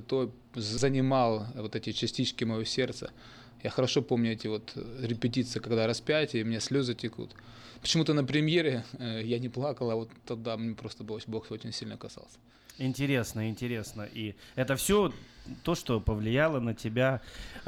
Святой занимал вот эти частички моего сердца. Я хорошо помню эти вот репетиции, когда распятие, и у меня слезы текут. Почему-то на премьере я не плакал, а вот тогда мне просто Бог очень сильно касался. Интересно. И это все то, что повлияло на тебя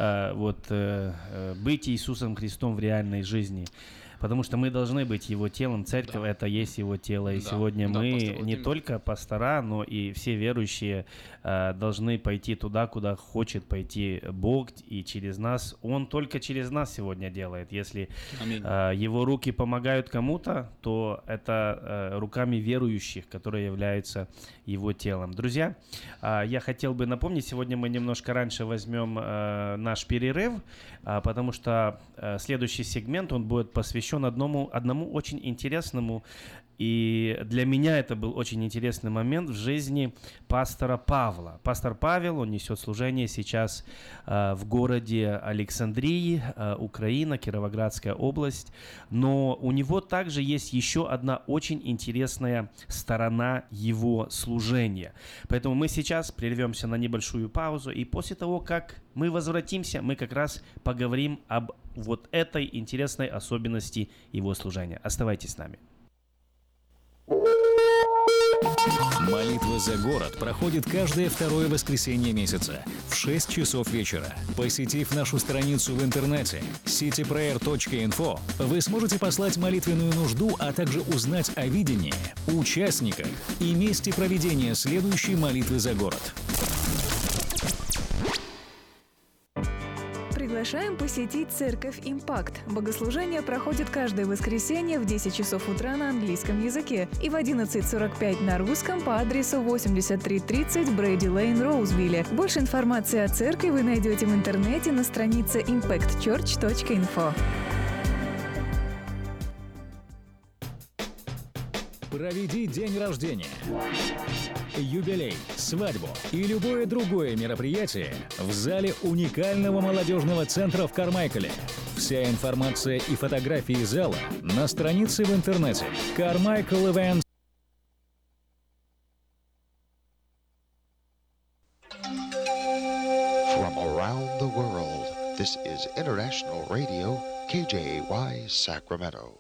быть Иисусом Христом в реальной жизни. Потому что мы должны быть Его телом, церковь это есть Его тело. И сегодня мы не только пастора, но и все верующие должны пойти туда, куда хочет пойти Бог, и через нас. Он только через нас сегодня делает. Если Его руки помогают кому-то, то это руками верующих, которые являются Его телом. Друзья, я хотел бы напомнить, сегодня мы немножко раньше возьмем наш перерыв, потому что следующий сегмент, он будет посвящен одному очень интересному, и для меня это был очень интересный момент в жизни пастора Павла. Пастор Павел, он несет служение сейчас в городе Александрии, Украина, Кировоградская область, но у него также есть еще одна очень интересная сторона его служения. Поэтому мы сейчас прервемся на небольшую паузу, и после того, как мы возвратимся, мы как раз поговорим об вот этой интересной особенности его служения. Оставайтесь с нами. Молитва за город проходит каждое второе воскресенье месяца в 6 часов вечера. Посетив нашу страницу в интернете cityprayer.info, вы сможете послать молитвенную нужду, а также узнать о видении, участниках и месте проведения следующей молитвы за город. Приглашаем посетить церковь «Импакт». Богослужение проходит каждое воскресенье в 10 часов утра на английском языке и в 11:45 на русском по адресу 8330 Брейди Лейн, Роузвилле. Больше информации о церкви вы найдете в интернете на странице impactchurch.info. Проведи день рождения, юбилей, свадьбу и любое другое мероприятие в зале уникального молодежного центра в Кармайкле. Вся информация и фотографии зала на странице в интернете Carmichael Events. From around the world, this is International Radio, KJY, Sacramento.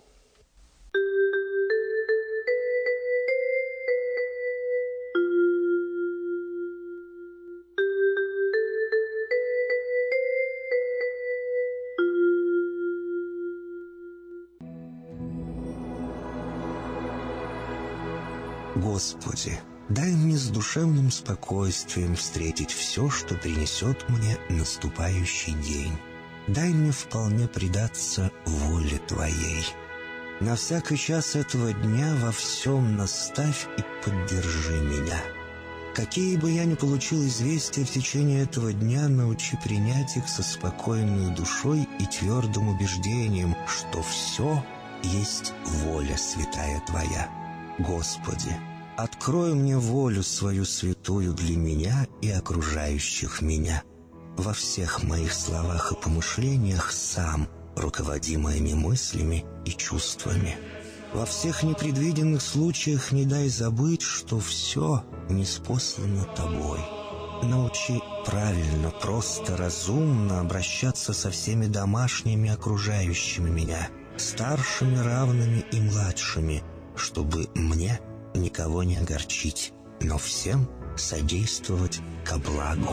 Господи, дай мне с душевным спокойствием встретить все, что принесет мне наступающий день. Дай мне вполне предаться воле Твоей. На всякий час этого дня во всем наставь и поддержи меня. Какие бы я ни получил известия в течение этого дня, научи принять их со спокойной душой и твердым убеждением, что все есть воля святая Твоя. Господи, открой мне волю свою святую для меня и окружающих меня. Во всех моих словах и помышлениях сам руководи моими мыслями и чувствами. Во всех непредвиденных случаях не дай забыть, что все ниспослано Тобой. Научи правильно, просто, разумно обращаться со всеми домашними окружающими меня, старшими, равными и младшими, чтобы мне никого не огорчить, но всем содействовать ко благу.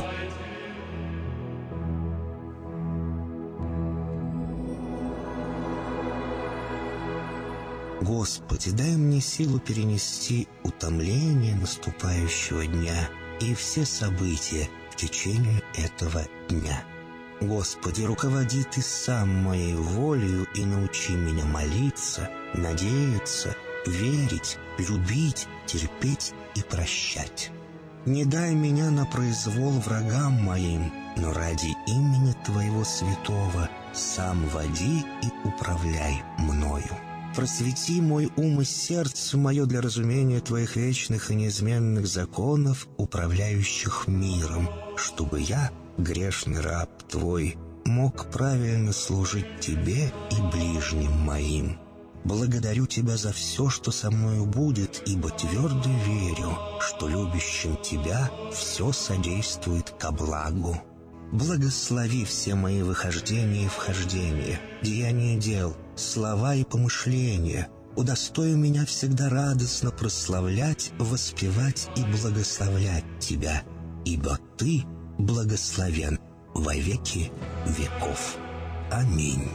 Господи, дай мне силу перенести утомление наступающего дня и все события в течение этого дня. Господи, руководи Ты сам моей волею и научи меня молиться, надеяться, верить, любить, терпеть и прощать. Не дай меня на произвол врагам моим, но ради имени Твоего святого сам води и управляй мною. Просвети мой ум и сердце мое для разумения Твоих вечных и неизменных законов, управляющих миром, чтобы я, грешный раб Твой, мог правильно служить Тебе и ближним моим. Благодарю Тебя за все, что со мною будет, ибо твердо верю, что любящим Тебя все содействует ко благу. Благослови все мои выхождения и вхождения, деяния дел, слова и помышления. Удостой меня всегда радостно прославлять, воспевать и благословлять Тебя, ибо Ты благословен во веки веков. Аминь.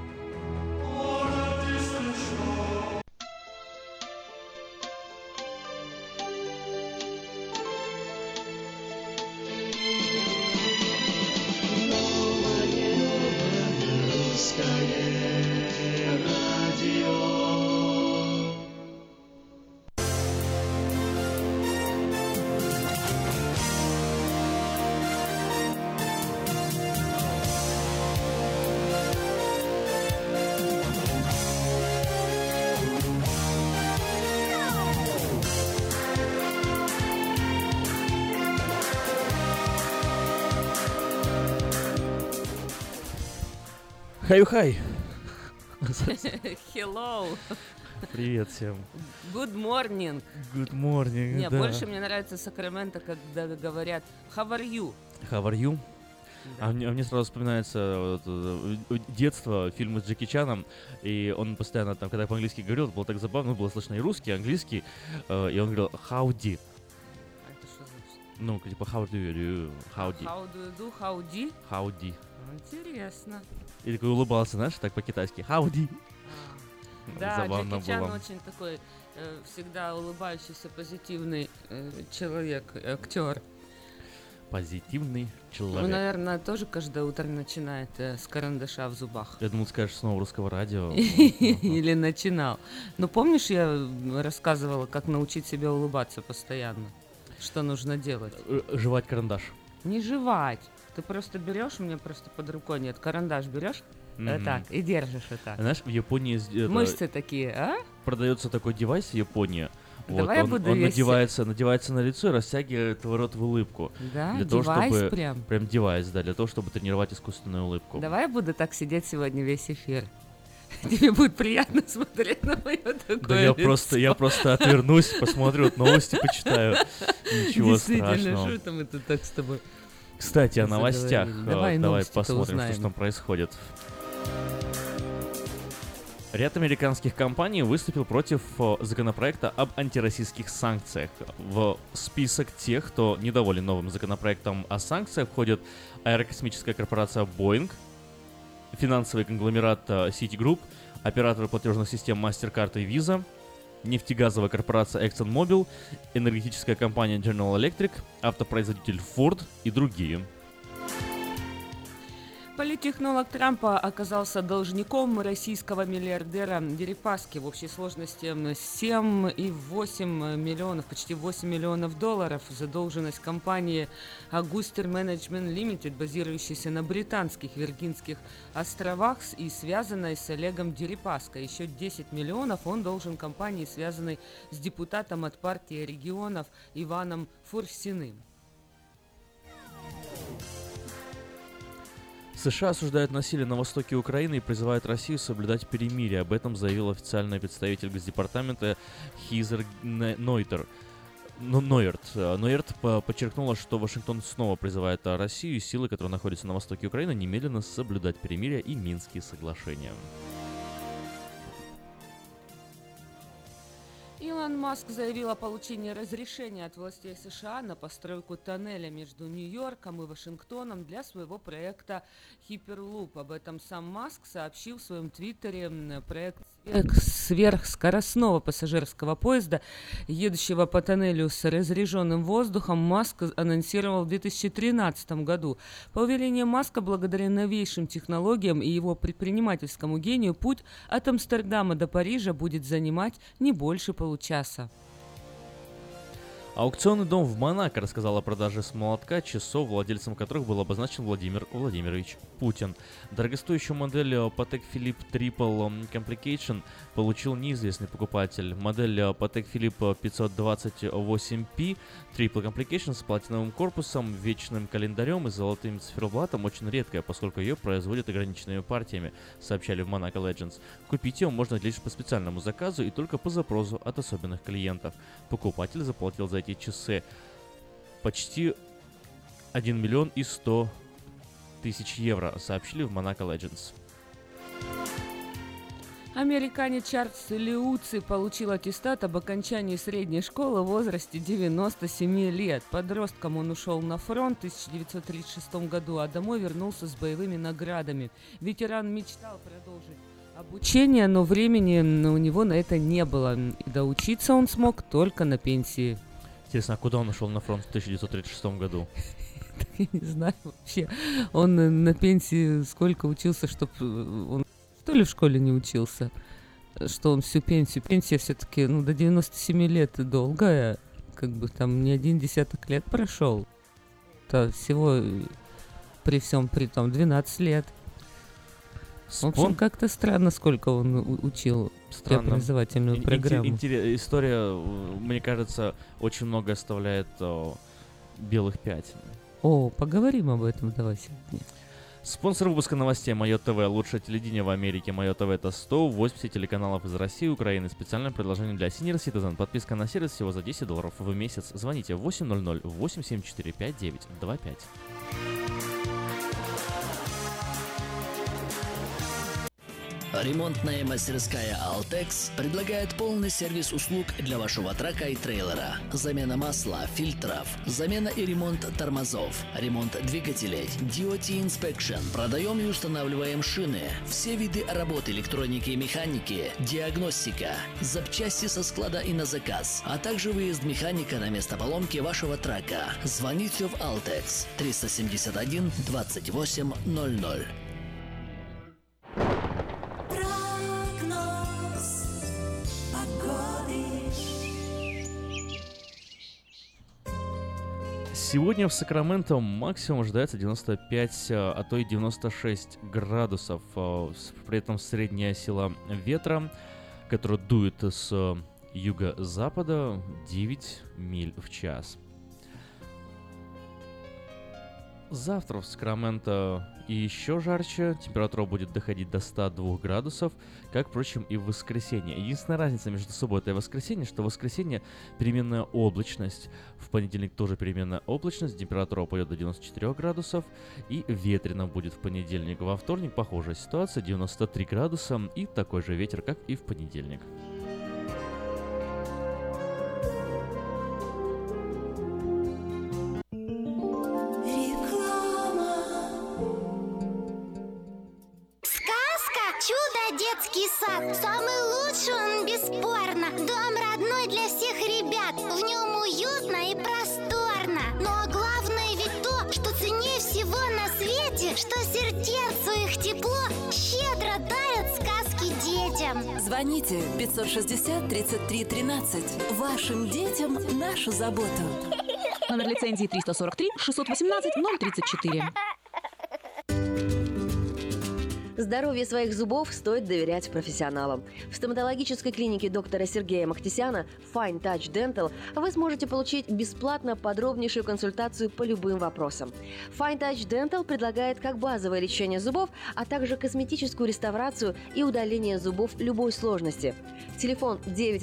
Хай-хай! Hello! Привет всем! Good morning! Good morning, Не, да. больше мне нравится Сакраменто, когда говорят How are you? How are you? Да. А мне сразу вспоминается детство, фильмы с Джеки Чаном, и он постоянно там, когда по-английски говорил, это было так забавно, было слышно и русский, и английский, и он говорил howdy. А это что значит? Ну, типа how do you do, howdy. How do you do? Howdy? Howdy. Интересно. И такой улыбался, знаешь, так по-китайски. Howdy. Да, Забавно Джеки Чан было. очень такой всегда улыбающийся, позитивный человек, актер. Позитивный человек. Он, наверное, тоже каждое утро начинает с карандаша в зубах. Я думал, скажешь снова русского радио. Или начинал. Но помнишь, я рассказывала, как научить себя улыбаться постоянно? Что нужно делать? Жевать карандаш. Не жевать. Ты просто берешь, у меня просто под рукой нет, карандаш берешь, так, и держишь вот так. Знаешь, в Японии Мышцы такие, а? продается такой девайс в Японии. Давай я буду он весь... надевается на лицо и растягивает твой рот в улыбку. Да, для того, девайс чтобы, прям. девайс, да, для того, чтобы тренировать искусственную улыбку. Давай я буду так сидеть сегодня весь эфир. Тебе будет приятно смотреть на мое такое Да лицо. я просто отвернусь, посмотрю, новости почитаю. Ничего Действительно, страшного. что там это так с тобой? Кстати, о новостях. Давай новости-то посмотрим, узнаем. что там происходит. Ряд американских компаний выступил против законопроекта об антироссийских санкциях. В список тех, кто недоволен новым законопроектом о санкциях, входят аэрокосмическая корпорация Boeing, финансовый конгломерат Citigroup, операторы платежных систем MasterCard и Visa, нефтегазовая корпорация ExxonMobil, энергетическая компания General Electric, автопроизводитель Ford и другие. Политтехнолог Трампа оказался должником российского миллиардера Дерипаски в общей сложности 7,8 миллионов, почти 8 миллионов долларов. Задолженность компании Auguster Management Limited, базирующейся на британских Виргинских островах и связанной с Олегом Дерипаской. Еще 10 миллионов он должен компании, связанной с депутатом от партии регионов Иваном Фурсиным. США осуждают насилие на востоке Украины и призывают Россию соблюдать перемирие. Об этом заявил официальный представитель Госдепартамента Хизер Нойерт. Нойерт подчеркнула, что Вашингтон снова призывает Россию и силы, которые находятся на востоке Украины, немедленно соблюдать перемирие и Минские соглашения. Илон Маск заявил о получении разрешения от властей США на постройку тоннеля между Нью-Йорком и Вашингтоном для своего проекта Hyperloop. Об этом сам Маск сообщил в своем твиттере. Проект сверхскоростного пассажирского поезда, едущего по тоннелю с разряженным воздухом, Маск анонсировал в 2013 году. По уверению Маска, благодаря новейшим технологиям и его предпринимательскому гению, путь от Амстердама до Парижа будет занимать не больше получаса. Аукционный дом в Монако рассказал о продаже с молотка часов, владельцем которых был обозначен Владимир Владимирович Путин. Дорогостоящую модель Patek Philippe Triple Complication получил неизвестный покупатель. Модель Patek Philippe 528P Triple Complication с платиновым корпусом, вечным календарем и золотым циферблатом очень редкая, поскольку ее производят ограниченными партиями, сообщали в Monaco Legends. Купить ее можно лишь по специальному заказу и только по запросу от особенных клиентов. Покупатель заплатил за эти часы почти 1 миллион и 100 тысяч евро, сообщили в Monaco Legends. Американец Чарльз Лиуци получил аттестат об окончании средней школы в возрасте 97 лет. Подростком он ушел на фронт в 1936 году, а домой вернулся с боевыми наградами. Ветеран мечтал продолжить обучение, но времени у него на это не было. И доучиться он смог только на пенсии. Интересно, а куда он ушел на фронт в 1936 году? Я не знаю вообще. Он на пенсии сколько учился, чтобы он что ли в школе не учился? Что он всю пенсию. Пенсия все-таки до 97 лет долгая. Как бы там не 10 лет прошел. Это всего при всем при том 12 лет. В общем, как-то странно, сколько он учил преобразовательную программу. История, мне кажется, очень много оставляет белых пятен. Поговорим об этом давай сегодня. Спонсор выпуска новостей Мое ТВ. Лучшее телевидение в Америке. Мое ТВ — это 180 телеканалов из России и Украины. Специальное предложение для Senior Citizen. Подписка на сервис всего за $10 в месяц. Звоните 800-874-5925. Ремонтная мастерская Altex предлагает полный сервис услуг для вашего трака и трейлера. Замена масла, фильтров, замена и ремонт тормозов, ремонт двигателей, DOT Inspection. Продаем и устанавливаем шины, все виды работы электроники и механики, диагностика, запчасти со склада и на заказ, а также выезд механика на место поломки вашего трака. Звоните в Altex 371 28 00. Сегодня в Сакраменто максимум ожидается 95, а то и 96 градусов. При этом средняя сила ветра, которая дует с юго-запада, 9 миль в час. Завтра в Сакраменто и еще жарче, температура будет доходить до 102 градусов, как, впрочем, и в воскресенье. Единственная разница между субботой и воскресеньем, что в воскресенье переменная облачность, в понедельник тоже переменная облачность, температура упадет до 94 градусов и ветрено будет в понедельник. Во вторник похожая ситуация, 93 градуса и такой же ветер, как и в понедельник. Детский сад. Самый лучший он, бесспорно. Дом родной для всех ребят. В нем уютно и просторно. Но главное ведь то, что ценнее всего на свете, что сердцу их тепло щедро дарят сказки детям. Звоните 560-33-13. Вашим детям нашу заботу. Номер лицензии 343-618-034. Здоровье своих зубов стоит доверять профессионалам. В стоматологической клинике доктора Сергея Махтисяна Fine Touch Dental вы сможете получить бесплатно подробнейшую консультацию по любым вопросам. Fine Touch Dental предлагает как базовое лечение зубов, а также косметическую реставрацию и удаление зубов любой сложности. Телефон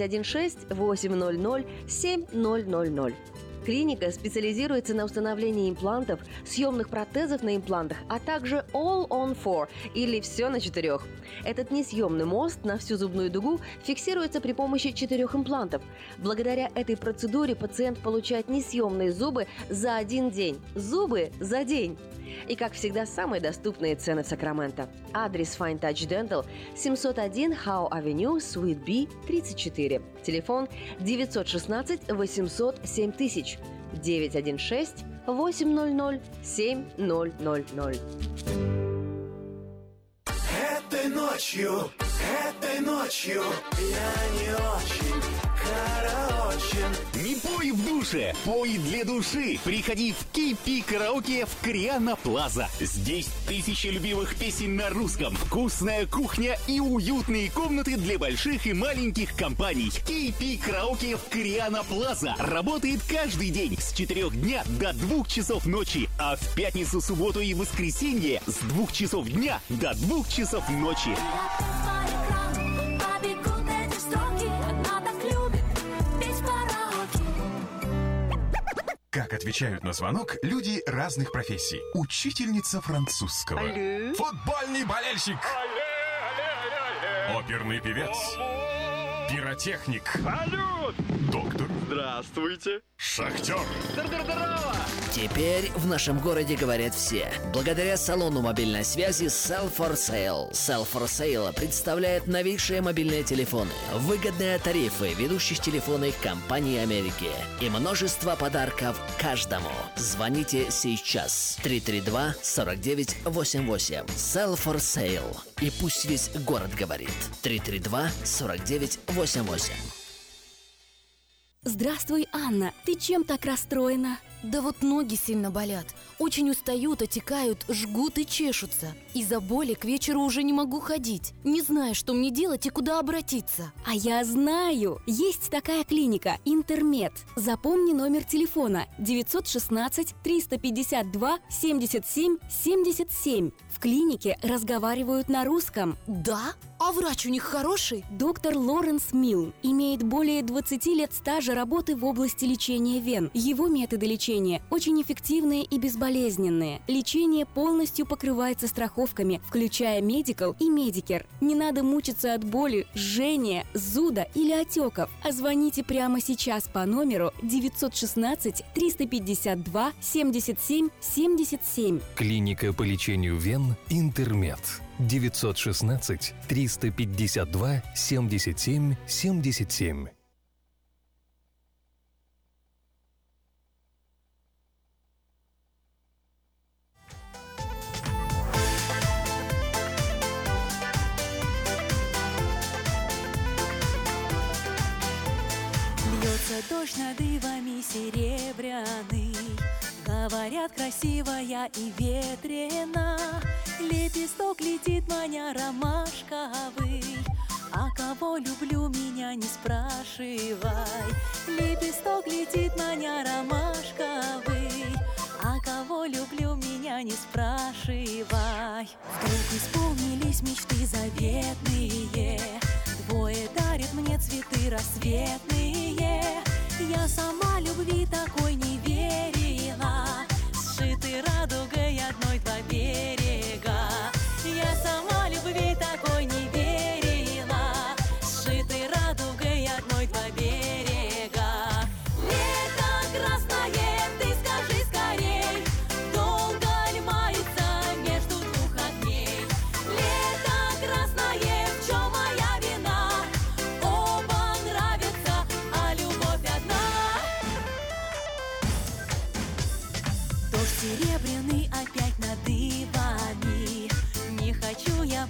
916-800-7000. Клиника специализируется на установлении имплантов, съемных протезов на имплантах, а также All on 4 или все на 4. Этот несъемный мост на всю зубную дугу фиксируется при помощи 4 имплантов. Благодаря этой процедуре пациент получает несъемные зубы за 1 день. Зубы за день! И, как всегда, самые доступные цены в Сакраменто. Адрес Fine Touch Dental 701 Howe Avenue, Suite B, 34. Телефон 916-800-7000. 916-800-7000. Этой ночью я не очень Не пой в душе, пой для души. Приходи в KP Караоке в Кориана Плаза. Здесь тысячи любимых песен на русском, вкусная кухня и уютные комнаты для больших и маленьких компаний. KP Караоке в Кориана Плаза работает каждый день с 4 дня до 2 часов ночи, а в пятницу, субботу и воскресенье с 2 часов дня до 2 часов ночи. Как отвечают на звонок люди разных профессий. Учительница французского. Алле. Футбольный болельщик. Алле. Оперный певец. Пиротехник. Салют! Доктор. Здравствуйте. Шахтер. Здорово! Теперь в нашем городе говорят все. Благодаря салону мобильной связи Cell for Sale. Cell for Sale представляет новейшие мобильные телефоны, выгодные тарифы ведущих телефонных компаний Америки и множество подарков каждому. Звоните сейчас. 332-4988. Cell for Sale. И пусть весь город говорит. 332-4988. Здравствуй, Анна. Ты чем так расстроена? Да вот ноги сильно болят. Очень устают, отекают, жгут и чешутся. Из-за боли к вечеру уже не могу ходить. Не знаю, что мне делать и куда обратиться. А я знаю! Есть такая клиника «Интермед». Запомни номер телефона 916-352-77-77. В клинике разговаривают на русском. Да? А врач у них хороший? Доктор Лоренс Милн имеет более 20 лет стажа работы в области лечения вен. Его методы лечения очень эффективные и безболезненные. Лечение полностью покрывается страховками, включая Medical и Medicare. Не надо мучиться от боли, жжения, зуда или отеков. А звоните прямо сейчас по номеру 916-352-77-77. Клиника по лечению вен «Интермед». 916-352-77-77. Льется дождь над ивами серебряный, говорят, красивая и ветрена. Лепесток летит, маня ромашковый, а кого люблю, меня не спрашивай. Лепесток летит, маня ромашковый, а кого люблю, меня не спрашивай. Вдруг исполнились мечты заветные, двое дарят мне цветы рассветные. Я сама любви такой не верила, сшиты радугой одной-два берега. Я сама любви такой не верила, сшиты радугой одной-два берега. Лето красное, ты скажи скорей, долго ли мается между двух огней? Лето красное, в чем моя вина? Оба нравятся, а любовь одна. Дождь серебряный опять над ивами, не хочу я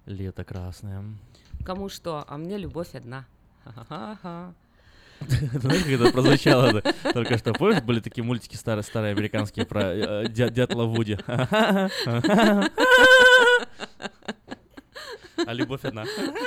Лето красное. Кому что, а мне любовь одна. Ха-ха-ха. Знаешь, как это прозвучало только что? Помнишь, были такие мультики старые американские про дятла Вуди? А любовь одна.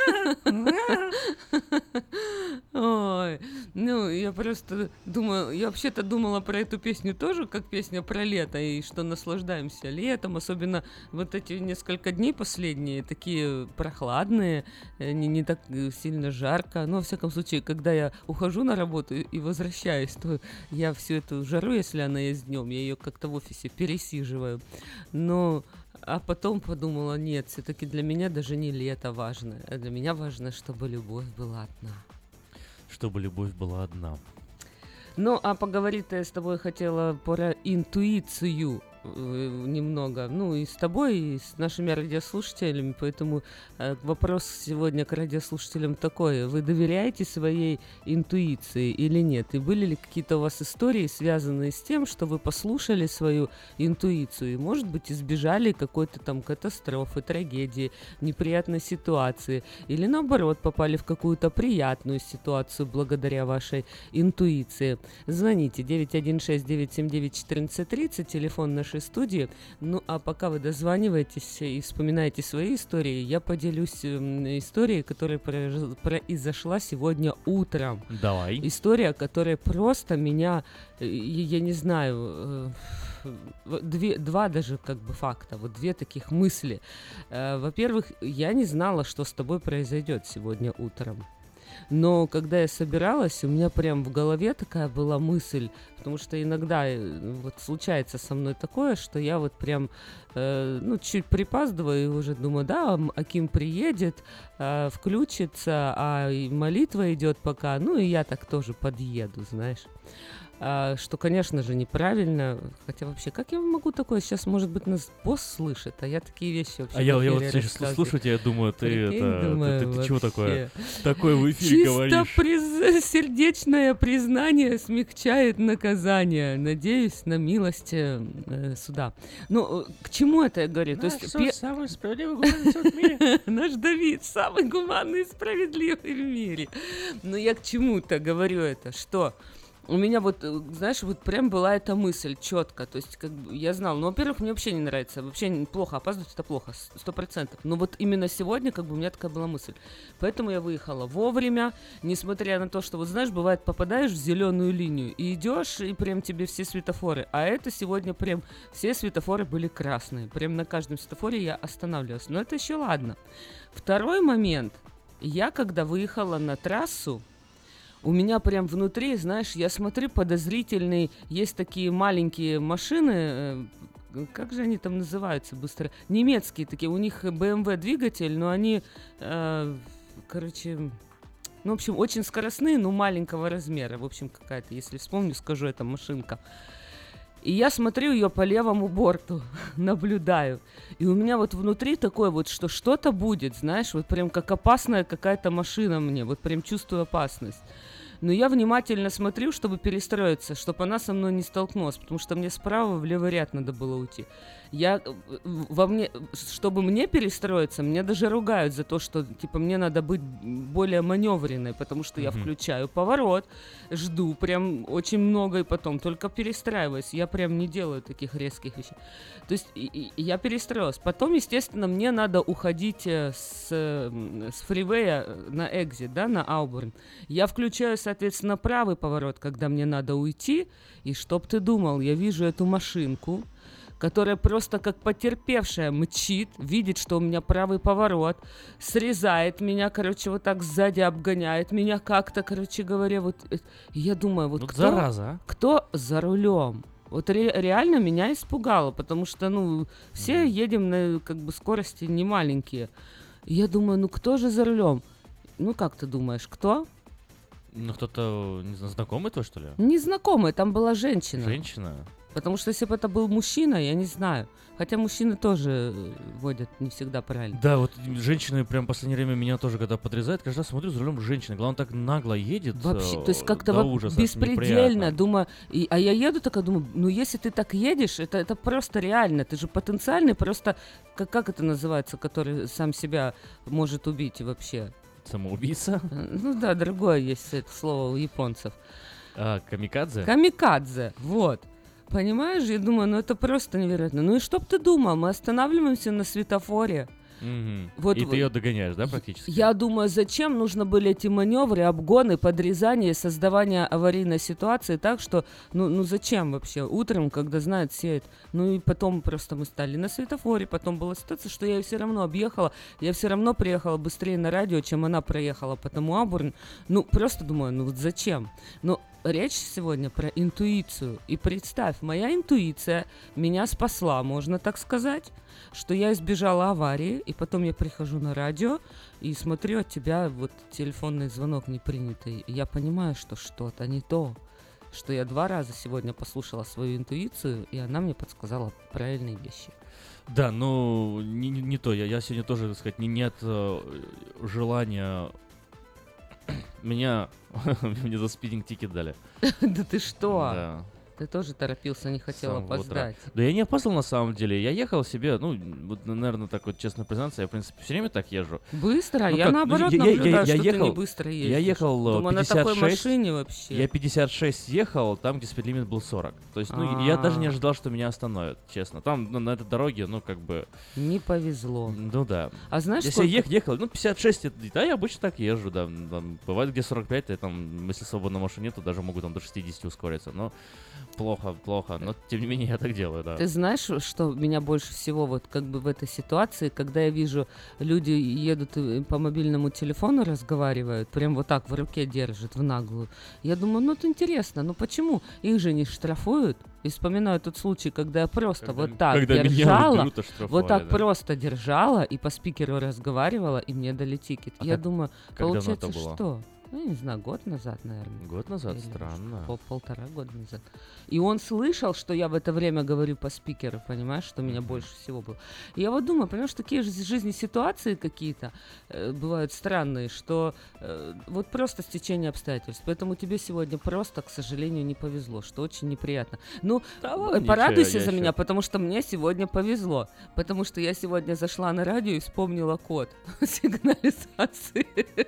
Ой, ну, я просто думаю, я вообще-то думала про эту песню тоже, как песня про лето, и что наслаждаемся летом, особенно вот эти несколько дней последние, такие прохладные, не так сильно жарко, но, во всяком случае, когда я ухожу на работу и возвращаюсь, то я всю эту жару, если она есть днем, я ее как-то в офисе пересиживаю, но... А потом подумала, нет, все-таки для меня даже не лето важно, а для меня важно, чтобы любовь была одна. Чтобы любовь была одна. Ну, а поговорить-то я с тобой хотела про интуицию немного. Ну, и с тобой, и с нашими радиослушателями. Поэтому вопрос сегодня к радиослушателям такой. Вы доверяете своей интуиции или нет? И были ли какие-то у вас истории, связанные с тем, что вы послушали свою интуицию и, может быть, избежали какой-то там катастрофы, трагедии, неприятной ситуации? Или, наоборот, попали в какую-то приятную ситуацию благодаря вашей интуиции? Звоните 916-979-1430, телефон нашей студии. Ну, а пока вы дозваниваетесь и вспоминаете свои истории, я поделюсь историей, которая произошла сегодня утром. Давай. История, которая просто меня, я не знаю, два даже как бы факта, вот две таких мысли. Во-первых, я не знала, что с тобой произойдет сегодня утром. Но когда я собиралась, у меня прям в голове такая была мысль, потому что иногда вот случается со мной такое, что я вот прям чуть припаздываю и уже думаю, да, Аким приедет, включится, а молитва идет пока, ну и я так тоже подъеду, знаешь. Что, конечно же, неправильно. Хотя вообще, как я могу такое? Сейчас, может быть, нас босс слышит, а я такие вещи вообще. А я вот сейчас слушаю тебя, думаю, ты чего такое? Такое в эфире говоришь? Чисто сердечное признание смягчает наказание. Надеюсь на милость суда. Ну, к чему это я говорю? Наш суд самый справедливый гуманный суд в мире. Наш Давид самый гуманный и справедливый в мире. Но я к чему-то говорю это, что... У меня вот, знаешь, вот прям была эта мысль четко, то есть как бы я знала, ну, во-первых, мне вообще не нравится, вообще плохо, опаздывать это плохо, 100%, но вот именно сегодня как бы у меня такая была мысль, поэтому я выехала вовремя, несмотря на то, что вот знаешь, бывает попадаешь в зеленую линию и идешь, и прям тебе все светофоры, а это сегодня прям все светофоры были красные, прям на каждом светофоре я останавливалась, но это еще ладно. Второй момент, я когда выехала на трассу, у меня прям внутри, знаешь, я смотрю подозрительные, есть такие маленькие машины, как же они там называются быстро, немецкие такие, у них BMW двигатель, но они, ну, в общем, очень скоростные, но маленького размера, в общем, какая-то, если вспомню, скажу, это машинка. И я смотрю ее по левому борту, наблюдаю. И у меня вот внутри такое вот, что что-то будет, знаешь, вот прям как опасная какая-то машина мне, вот прям чувствую опасность. Но я внимательно смотрю, чтобы перестроиться, чтобы она со мной не столкнулась, потому что мне справа в левый ряд надо было уйти. Чтобы мне перестроиться, мне даже ругают за то, что, типа, мне надо быть более маневренной, потому что я включаю поворот, жду прям очень много и потом только перестраиваюсь. Я прям не делаю таких резких вещей. То есть я перестроилась. Потом, естественно, мне надо уходить с фривея на экзит, да, на Аубурн. Я включаю, соответственно, правый поворот, когда мне надо уйти, и чтоб ты думал, я вижу эту машинку, которая просто как потерпевшая мчит, видит, что у меня правый поворот, срезает меня, вот так сзади обгоняет меня как-то, говоря, вот. И я думаю, вот кто за рулем? Вот реально меня испугало, потому что, ну, все едем на, скорости не маленькие. И я думаю, ну, кто же за рулем? Ну, как ты думаешь, кто? Ну, кто-то, не знаю, знакомый твой, что ли? Незнакомый, там была женщина. Женщина? Потому что если бы это был мужчина, я не знаю. Хотя мужчины тоже водят не всегда правильно. Да, вот женщины прям в последнее время меня тоже, когда подрезают, каждый раз смотрю за рулем женщины. Главное, так нагло едет. Вообще, то есть как-то до ужаса, беспредельно. Думаю, а я еду такая, думаю, ну если ты так едешь, это просто реально. Ты же потенциальный, просто, как это называется, который сам себя может убить вообще? Самоубийца? Ну да, другое есть это слово у японцев. Камикадзе? Камикадзе, вот. Понимаешь, я думаю, ну это просто невероятно. Ну и что б ты думал, мы останавливаемся на светофоре. Вот, и ты ее догоняешь, да, практически? Я думаю, зачем нужны были эти маневры, обгоны, подрезания, создавание аварийной ситуации так, что, ну зачем вообще? Утром, когда знают, сеет. Ну и потом просто мы стали на светофоре, потом была ситуация, что я ее все равно объехала, я все равно приехала быстрее на радио, чем она проехала по тому Абурн. Ну просто думаю, ну вот зачем? Ну речь сегодня про интуицию. И представь, моя интуиция меня спасла, можно так сказать, что я избежала аварии, и потом я прихожу на радио и смотрю, от тебя вот телефонный звонок не принятый. И я понимаю, что что-то не то, что я 2 раза сегодня послушала свою интуицию, и она мне подсказала правильные вещи. Да, ну, не то. Я сегодня тоже, так сказать, нет желания... Мне за спидинг-тикет дали. Да ты что? Да. Ты тоже торопился, не хотел опоздать. Да я не опоздал на самом деле. Я ехал себе, вот, наверное, так вот честно признаться, я, в принципе, все время так езжу. Быстро? Я наоборот наблюдаю, что ты не быстро ездишь. Я ехал Думаю, 56. на такой машине вообще. Я 56 ехал, там, где спидлимит был 40. То есть, я даже не ожидал, что меня остановят, честно. Там, на этой дороге, как бы... Не повезло. Ну да. А знаешь, если я ехал, 56, да, я обычно так езжу, да. Бывает, где 45, если свободной машины нету, даже могу до 60 ускориться. Но плохо, но тем не менее я так делаю, да. Ты знаешь, что меня больше всего вот как бы в этой ситуации, когда я вижу, люди едут и по мобильному телефону разговаривают, прям вот так в руке держат в наглую. Я думаю, это интересно, почему? Их же не штрафуют. И вспоминаю тот случай, когда я просто вот так держала, вот так просто держала и по спикеру разговаривала, и мне дали тикет. Я думаю, получается, что? Я не знаю, год назад, наверное. Год назад? Странно. 1,5 года назад. И он слышал, что я в это время говорю по спикеру, понимаешь, что меня больше всего было. И я вот думаю, понимаешь, такие же в жизни ситуации какие-то бывают странные, что вот просто стечение обстоятельств. Поэтому тебе сегодня просто, к сожалению, не повезло, что очень неприятно. Порадуйся за меня, потому что мне сегодня повезло. Потому что я сегодня зашла на радио и вспомнила код сигнализации.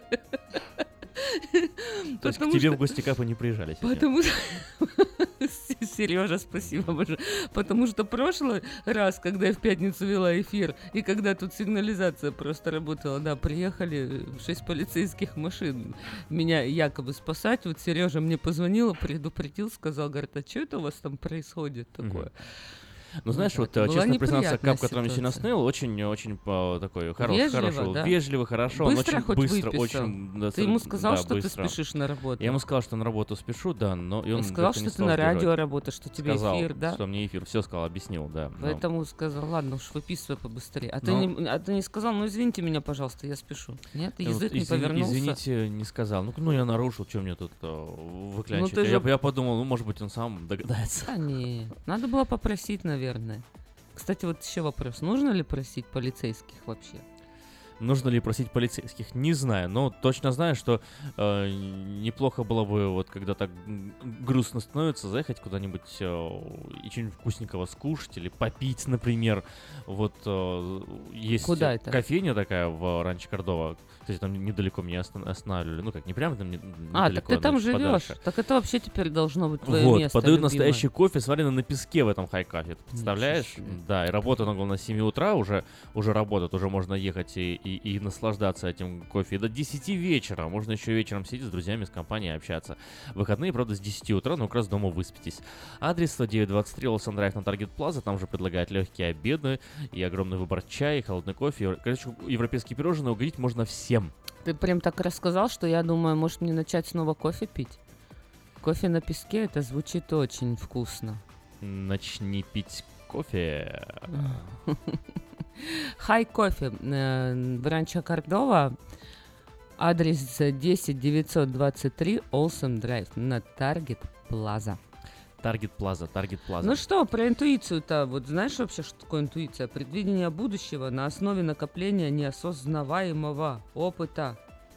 То есть к тебе в гости капы не приезжали сегодня? Потому что... Сережа, спасибо большое. Потому что прошлый раз, когда я в пятницу вела эфир, и когда тут сигнализация просто работала, да, приехали 6 полицейских машин меня якобы спасать. Вот Сережа мне позвонил, предупредил, сказал, говорит, а что это у вас там происходит такое? Ну, знаешь, вот, честно признаться, Кап, который мне сегодня снял, очень такой вежливый, хорошо. Быстро он хоть быстро, выписал? очень... Ты ему сказал, что быстро. ты спешишь на работу? Я ему сказал, что на работу спешу, да, но... И он сказал, что ты на радио работаешь, что тебе сказал, эфир, да? что мне эфир, все сказал, объяснил, да. Поэтому сказал, ладно уж, выписывай побыстрее. А ты не сказал, извините меня, пожалуйста, я спешу. Нет, язык не повернулся. Извините, не сказал. Я нарушил, что мне тут выклянчить. Я подумал, может быть, он сам догадается. Да не, надо было попросить, наверное. Кстати, вот еще вопрос. Нужно ли просить полицейских вообще? Нужно ли просить полицейских? Не знаю, но точно знаю, что неплохо было бы, вот когда так грустно становится, заехать куда-нибудь и что-нибудь вкусненького скушать или попить, например. Вот есть кофейня такая в Ранчо Кордова. Кстати, там недалеко меня останавливали. Как не прямо там недалеко. Так ты там живешь? Подальше. Так это вообще теперь должно быть твое место. Подают любимое. Настоящий кофе, сваренный на песке в этом хай-кафе. Ты представляешь? Да, и работает он, главное, с 7 утра уже работает, уже можно ехать и наслаждаться этим кофе. И до 10 вечера. Можно еще вечером сидеть с друзьями, с компанией общаться. Выходные, правда, с 10 утра, но как раз дома выспитесь. Адрес 10923 Олсен Драйв на Таргет Плаза. Там же предлагают легкие обеды и огромный выбор чая, и холодный кофе. Короче, европейские пирожные угодить можно всем. Ты прям так рассказал, что я думаю, может мне начать снова кофе пить? Кофе на песке, это звучит очень вкусно. Начни пить кофе. Хай кофе в Ранчо Кордова. Адрес 10923 Олсен Драйв на Таргет Плаза. Таргет Плаза. Ну что, про интуицию-то, вот знаешь вообще, что такое интуиция? Предвидение будущего на основе накопления неосознаваемого опыта.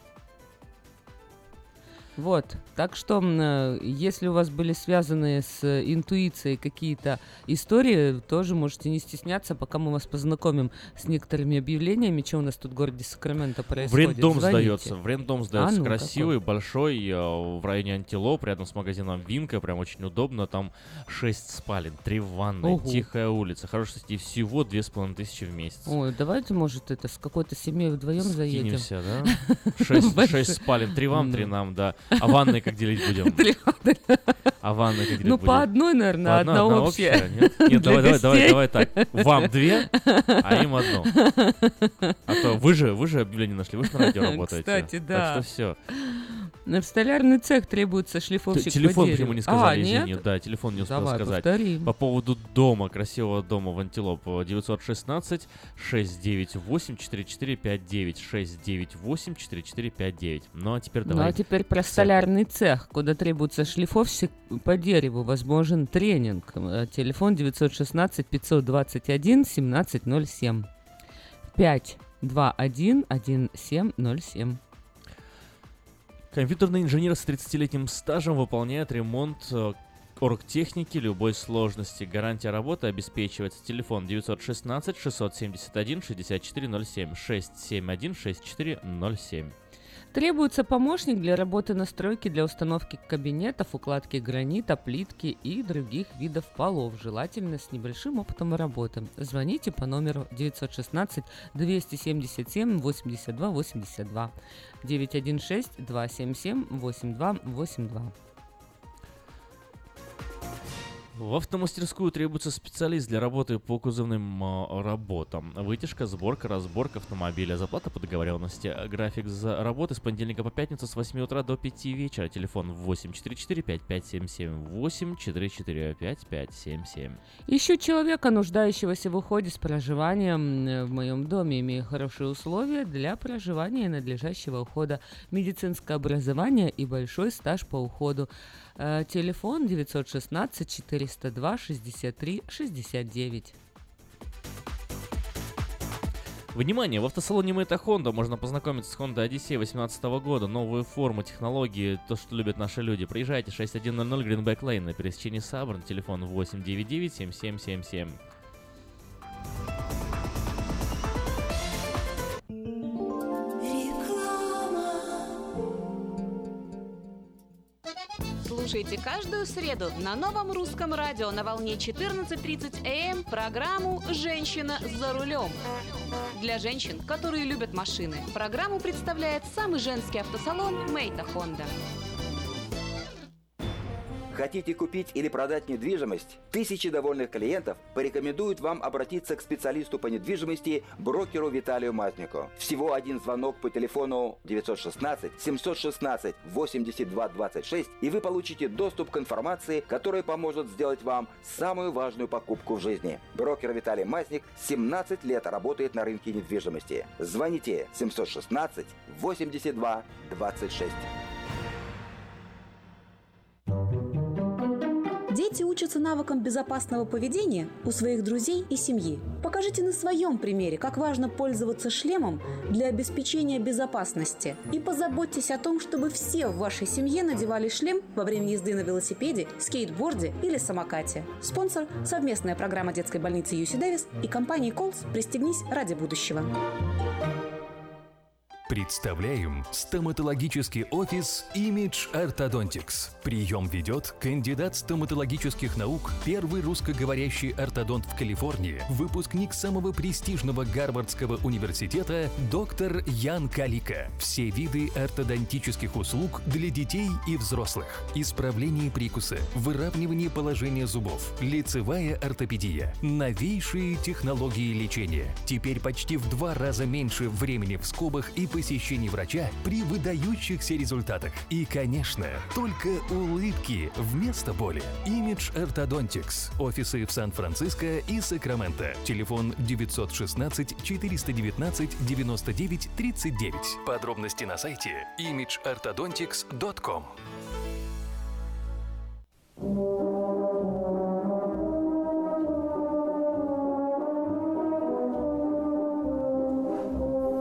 Вот, так что, если у вас были связаны с интуицией какие-то истории, тоже можете не стесняться, пока мы вас познакомим с некоторыми объявлениями, что у нас тут в городе Сакраменто происходит. В Рендом сдается красивый, какой? большой, в районе Антилоп, рядом с магазином Винка, прям очень удобно, там 6 спален, 3 ванны, тихая улица, хорошая, кстати, всего 2500 в месяц. Ой, давайте, может, это с какой-то семьей вдвоем заедем. Скинемся, да? 6 спален, 3 вам, 3 нам, да. А ванны как делить будем? А ванны как делить будем? Ну, по одной, наверное, одна общая. Нет, давай так. Вам 2, а им 1. А то вы же объявление нашли, вы же на радио работаете. Кстати, да. Так что все. В столярный цех требуется шлифовщик телефон по дереву. почему не сказали, извини. Нет? Да, телефон не успел Давай, сказать. Повторим. По поводу дома, красивого дома в Антилоп. 916-698-4459. 698-4459. Ну, а теперь давай. Ну, а теперь про столярный цех, куда требуется шлифовщик по дереву. Возможен тренинг. Телефон 916-521-1707. 521-1707. Компьютерный инженер с 30-летним стажем выполняет ремонт оргтехники любой сложности. Гарантия работы обеспечивается. Телефон 916-671-6407. 671-6407. Требуется помощник для работы на стройке, для установки кабинетов, укладки гранита, плитки и других видов полов, желательно с небольшим опытом работы. Звоните по номеру 916-277-8282, 916-277-8282. В автомастерскую требуется специалист для работы по кузовным работам. Вытяжка, сборка, разборка автомобиля, заплата по договоренности. График за работы с понедельника по пятницу с 8 утра до 5 вечера. Телефон 844-5577, 844-5577. Ищу человека, нуждающегося в уходе с проживанием в моем доме. Имею хорошие условия для проживания и надлежащего ухода, медицинское образование и большой стаж по уходу. Телефон 916-402-63-69. Внимание! В автосалоне Мэйта Honda можно познакомиться с Honda Odyssey 2018 года. Новые формы, технологии, то, что любят наши люди. Приезжайте, 6100 Greenback Lane на пересечении Сабран. Телефон 899-7777. Слушайте каждую среду на Новом русском радио на волне 14:30 АМ программу «Женщина за рулем». Для женщин, которые любят машины, программу представляет самый женский автосалон Мэйта Honda. Хотите купить или продать недвижимость? Тысячи довольных клиентов порекомендуют вам обратиться к специалисту по недвижимости, брокеру Виталию Мазнику. Всего один звонок по телефону 916-716-8226, и вы получите доступ к информации, которая поможет сделать вам самую важную покупку в жизни. Брокер Виталий Мазник 17 лет работает на рынке недвижимости. Звоните 716-8226. Дети учатся навыкам безопасного поведения у своих друзей и семьи. Покажите на своем примере, как важно пользоваться шлемом для обеспечения безопасности. И позаботьтесь о том, чтобы все в вашей семье надевали шлем во время езды на велосипеде, скейтборде или самокате. Спонсор – совместная программа детской больницы UC Дэвис и компании Колс «Пристегнись ради будущего». Представляем стоматологический офис Image Orthodontics. Прием ведет кандидат стоматологических наук, первый русскоговорящий ортодонт в Калифорнии, выпускник самого престижного Гарвардского университета доктор Ян Калика. Все виды ортодонтических услуг для детей и взрослых. Исправление прикуса, выравнивание положения зубов, лицевая ортопедия, новейшие технологии лечения. Теперь почти в 2 раза меньше времени в скобах и посещений врача при выдающихся результатах. И, конечно, только улыбки вместо боли. Image Orthodontics. Офисы в Сан-Франциско и Сакраменто. Телефон 916-419-99-39. Подробности на сайте imageorthodontics.com.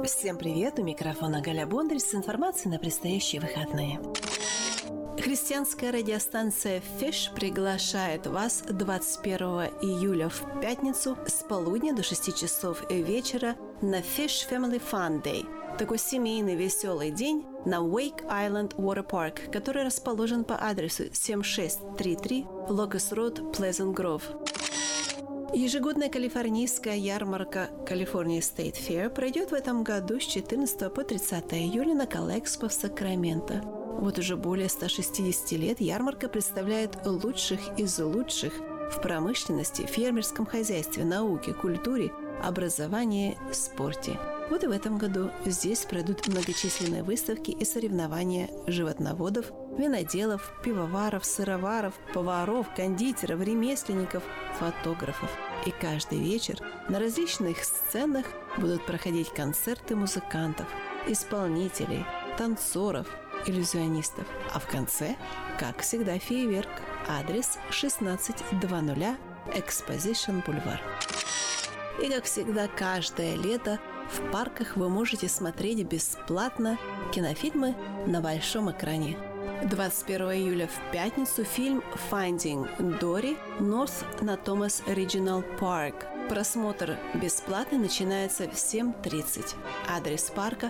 Всем привет! У микрофона Галя Бондарь с информацией на предстоящие выходные. Христианская радиостанция Fish приглашает вас 21 июля в пятницу с полудня до 6 часов вечера на Fish Family Fun Day. Такой семейный веселый день на Wake Island Water Park, который расположен по адресу 7633 Locust Road, Pleasant Grove. Ежегодная калифорнийская ярмарка California State Fair пройдет в этом году с 14 по 30 июля на Калэкспо в Сакраменто. Вот уже более 160 лет ярмарка представляет лучших из лучших в промышленности, фермерском хозяйстве, науке, культуре, образовании, спорте. Вот и в этом году здесь пройдут многочисленные выставки и соревнования животноводов, виноделов, пивоваров, сыроваров, поваров, кондитеров, ремесленников, фотографов. И каждый вечер на различных сценах будут проходить концерты музыкантов, исполнителей, танцоров, иллюзионистов. А в конце, как всегда, фейерверк. Адрес 1600 Exposition Boulevard. И, как всегда, каждое лето в парках вы можете смотреть бесплатно кинофильмы на большом экране. 21 июля в пятницу фильм «Finding Dory» North на Thomas Regional Park. Просмотр бесплатный, начинается в 7:30. Адрес парка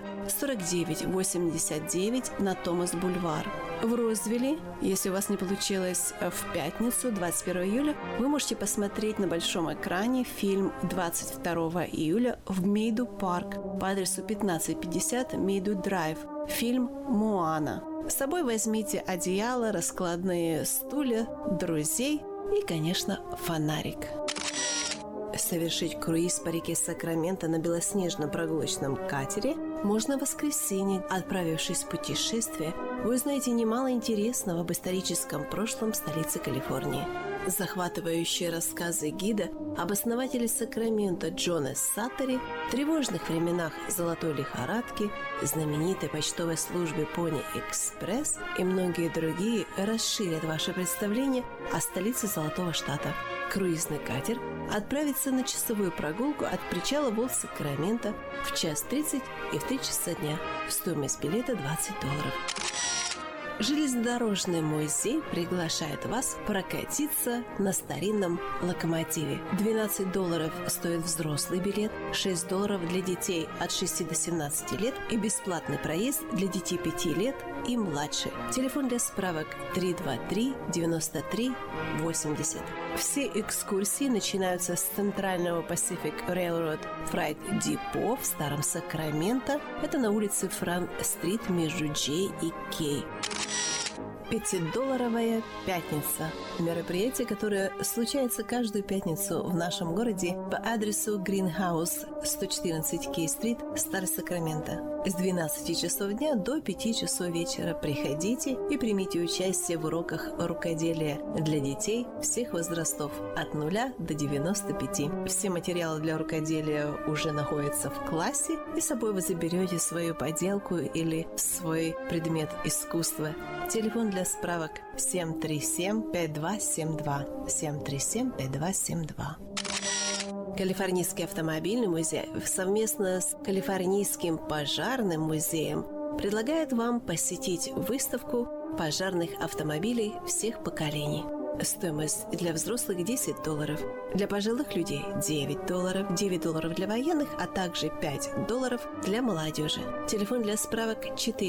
4989 на Томас-Бульвар. В Розвилле, если у вас не получилось в пятницу, 21 июля, вы можете посмотреть на большом экране фильм 22 июля в Мейду Парк по адресу 1550 Мейду Драйв. Фильм «Моана». С собой возьмите одеяло, раскладные стулья, друзей и, конечно, фонарик. Совершить круиз по реке Сакраменто на белоснежном прогулочном катере можно в воскресенье. Отправившись в путешествие, вы узнаете немало интересного об историческом прошлом столицы Калифорнии. Захватывающие рассказы гида об основателе Сакраменто Джоне Саттери, тревожных временах золотой лихорадки, знаменитой почтовой службе Pony Express и многие другие расширят ваше представление о столице Золотого Штата. Круизный катер отправится на часовую прогулку от причала Волл-Сакраменто в 1:30 и в 3 часа дня. Стоимость билета $20. Железнодорожный музей приглашает вас прокатиться на старинном локомотиве. $12 стоит взрослый билет, $6 для детей от 6 до 17 лет и бесплатный проезд для детей 5 лет и младше. Телефон для справок 323-93-80. Все экскурсии начинаются с центрального Pacific Railroad Freight Depot в Старом Сакраменто. Это на улице Франк-стрит между Джей и Кей. $5 пятница. Мероприятие, которое случается каждую пятницу в нашем городе по адресу Greenhouse 114 Кей-стрит, Старый Сакраменто. С 12 часов дня до 5 часов вечера приходите и примите участие в уроках рукоделия для детей всех возрастов от 0 до 95. Все материалы для рукоделия уже находятся в классе, и с собой вы заберете свою поделку или свой предмет искусства. Телефон для справок 737-5272. 737-5272. Калифорнийский автомобильный музей совместно с Калифорнийским пожарным музеем предлагает вам посетить выставку пожарных автомобилей всех поколений. Стоимость для взрослых $10, для пожилых людей $9, $9 для военных, а также $5 для молодежи. Телефон для справок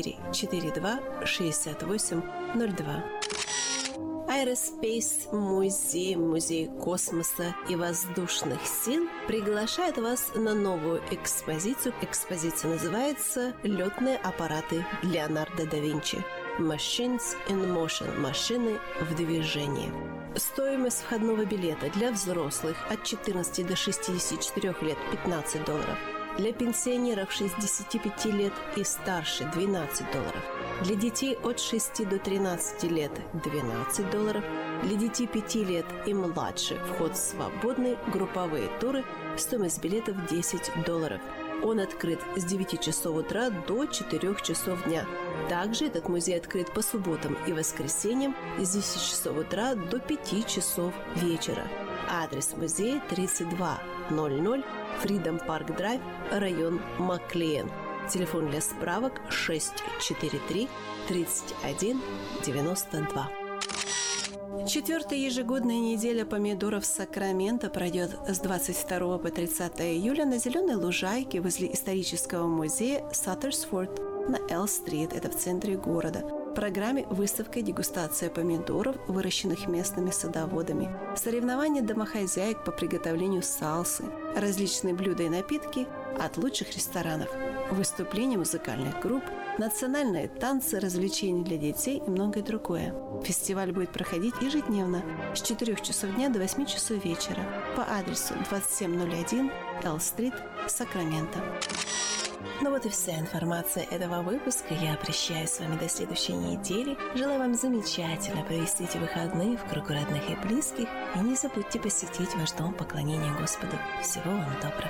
442-6802. Aerospace музей космоса и воздушных сил приглашает вас на новую экспозицию. Экспозиция называется «Летные аппараты Леонардо да Винчи». Machines in Motion – машины в движении. Стоимость входного билета для взрослых от 14 до 64 лет $15. Для пенсионеров 65 лет и старше $12. Для детей от 6 до 13 лет $12. Для детей 5 лет и младше вход свободный, групповые туры, стоимость билетов $10. Он открыт с 9 часов утра до 4 часов дня. Также этот музей открыт по субботам и воскресеньям с 10 часов утра до 5 часов вечера. Адрес музея 3200 Freedom Park Drive, район Маклиен. Телефон для справок 643 31 92. Четвертая ежегодная неделя помидоров Сакраменто пройдет с 22 по 30 июля на зеленой лужайке возле исторического музея Саттерсфорд на Эл-стрит, это в центре города. В программе выставка и дегустация помидоров, выращенных местными садоводами, соревнования домохозяек по приготовлению сальсы, различные блюда и напитки от лучших ресторанов, выступления музыкальных групп, национальные танцы, развлечения для детей и многое другое. Фестиваль будет проходить ежедневно с 4 часов дня до 8 часов вечера по адресу 2701 Эл-стрит, Сакраменто. Ну вот и вся информация этого выпуска. Я прощаюсь с вами до следующей недели. Желаю вам замечательно провести эти выходные в кругу родных и близких. И не забудьте посетить ваш дом поклонения Господу. Всего вам доброго.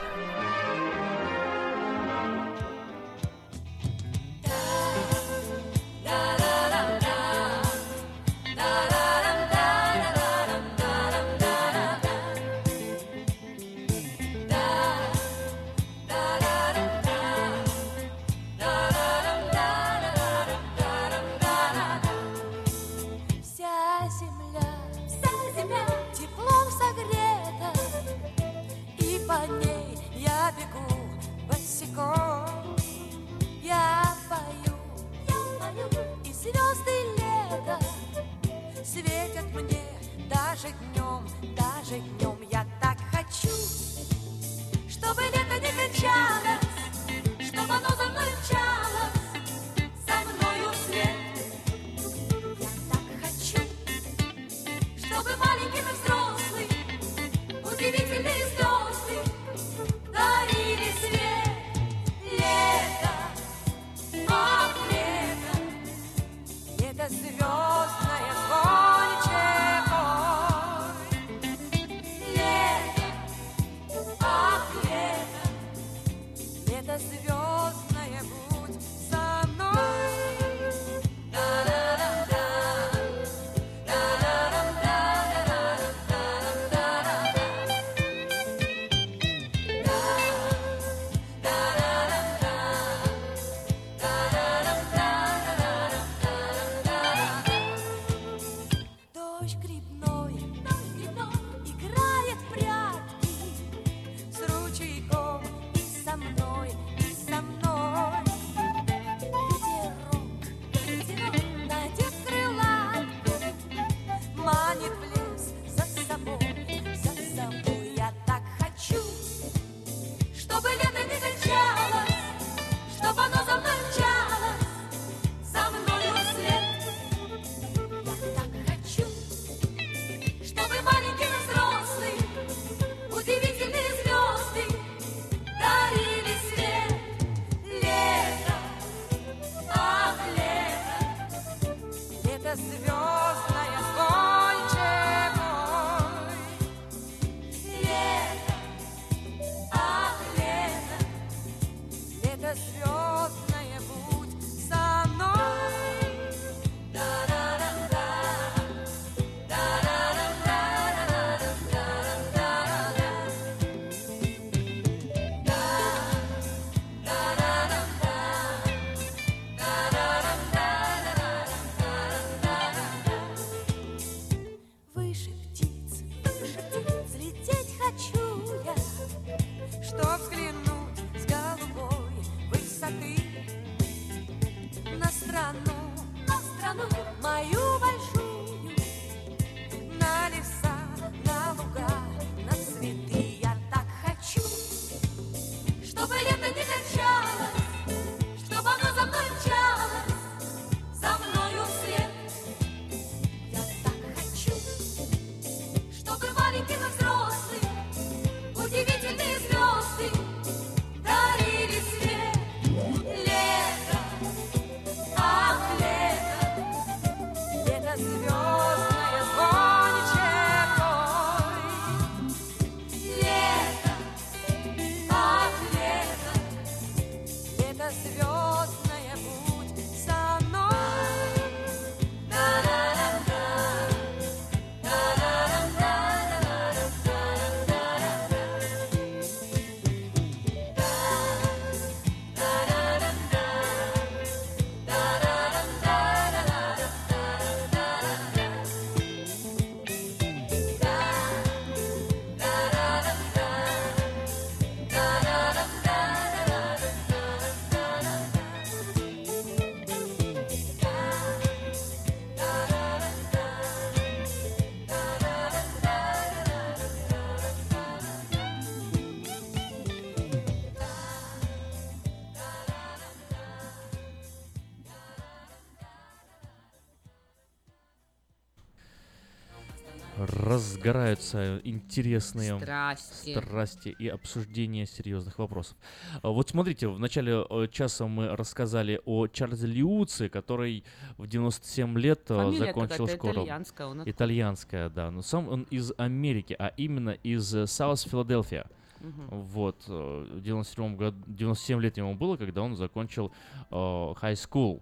разгораются интересные страсти и обсуждения серьезных вопросов. Вот смотрите, в начале часа мы рассказали о Чарльзе Льюисе, который в 97 лет закончил школу. Итальянская, да. Но сам он из Америки, а именно из Саус-Филадельфия. Вот. В 97 лет ему было, когда он закончил high school.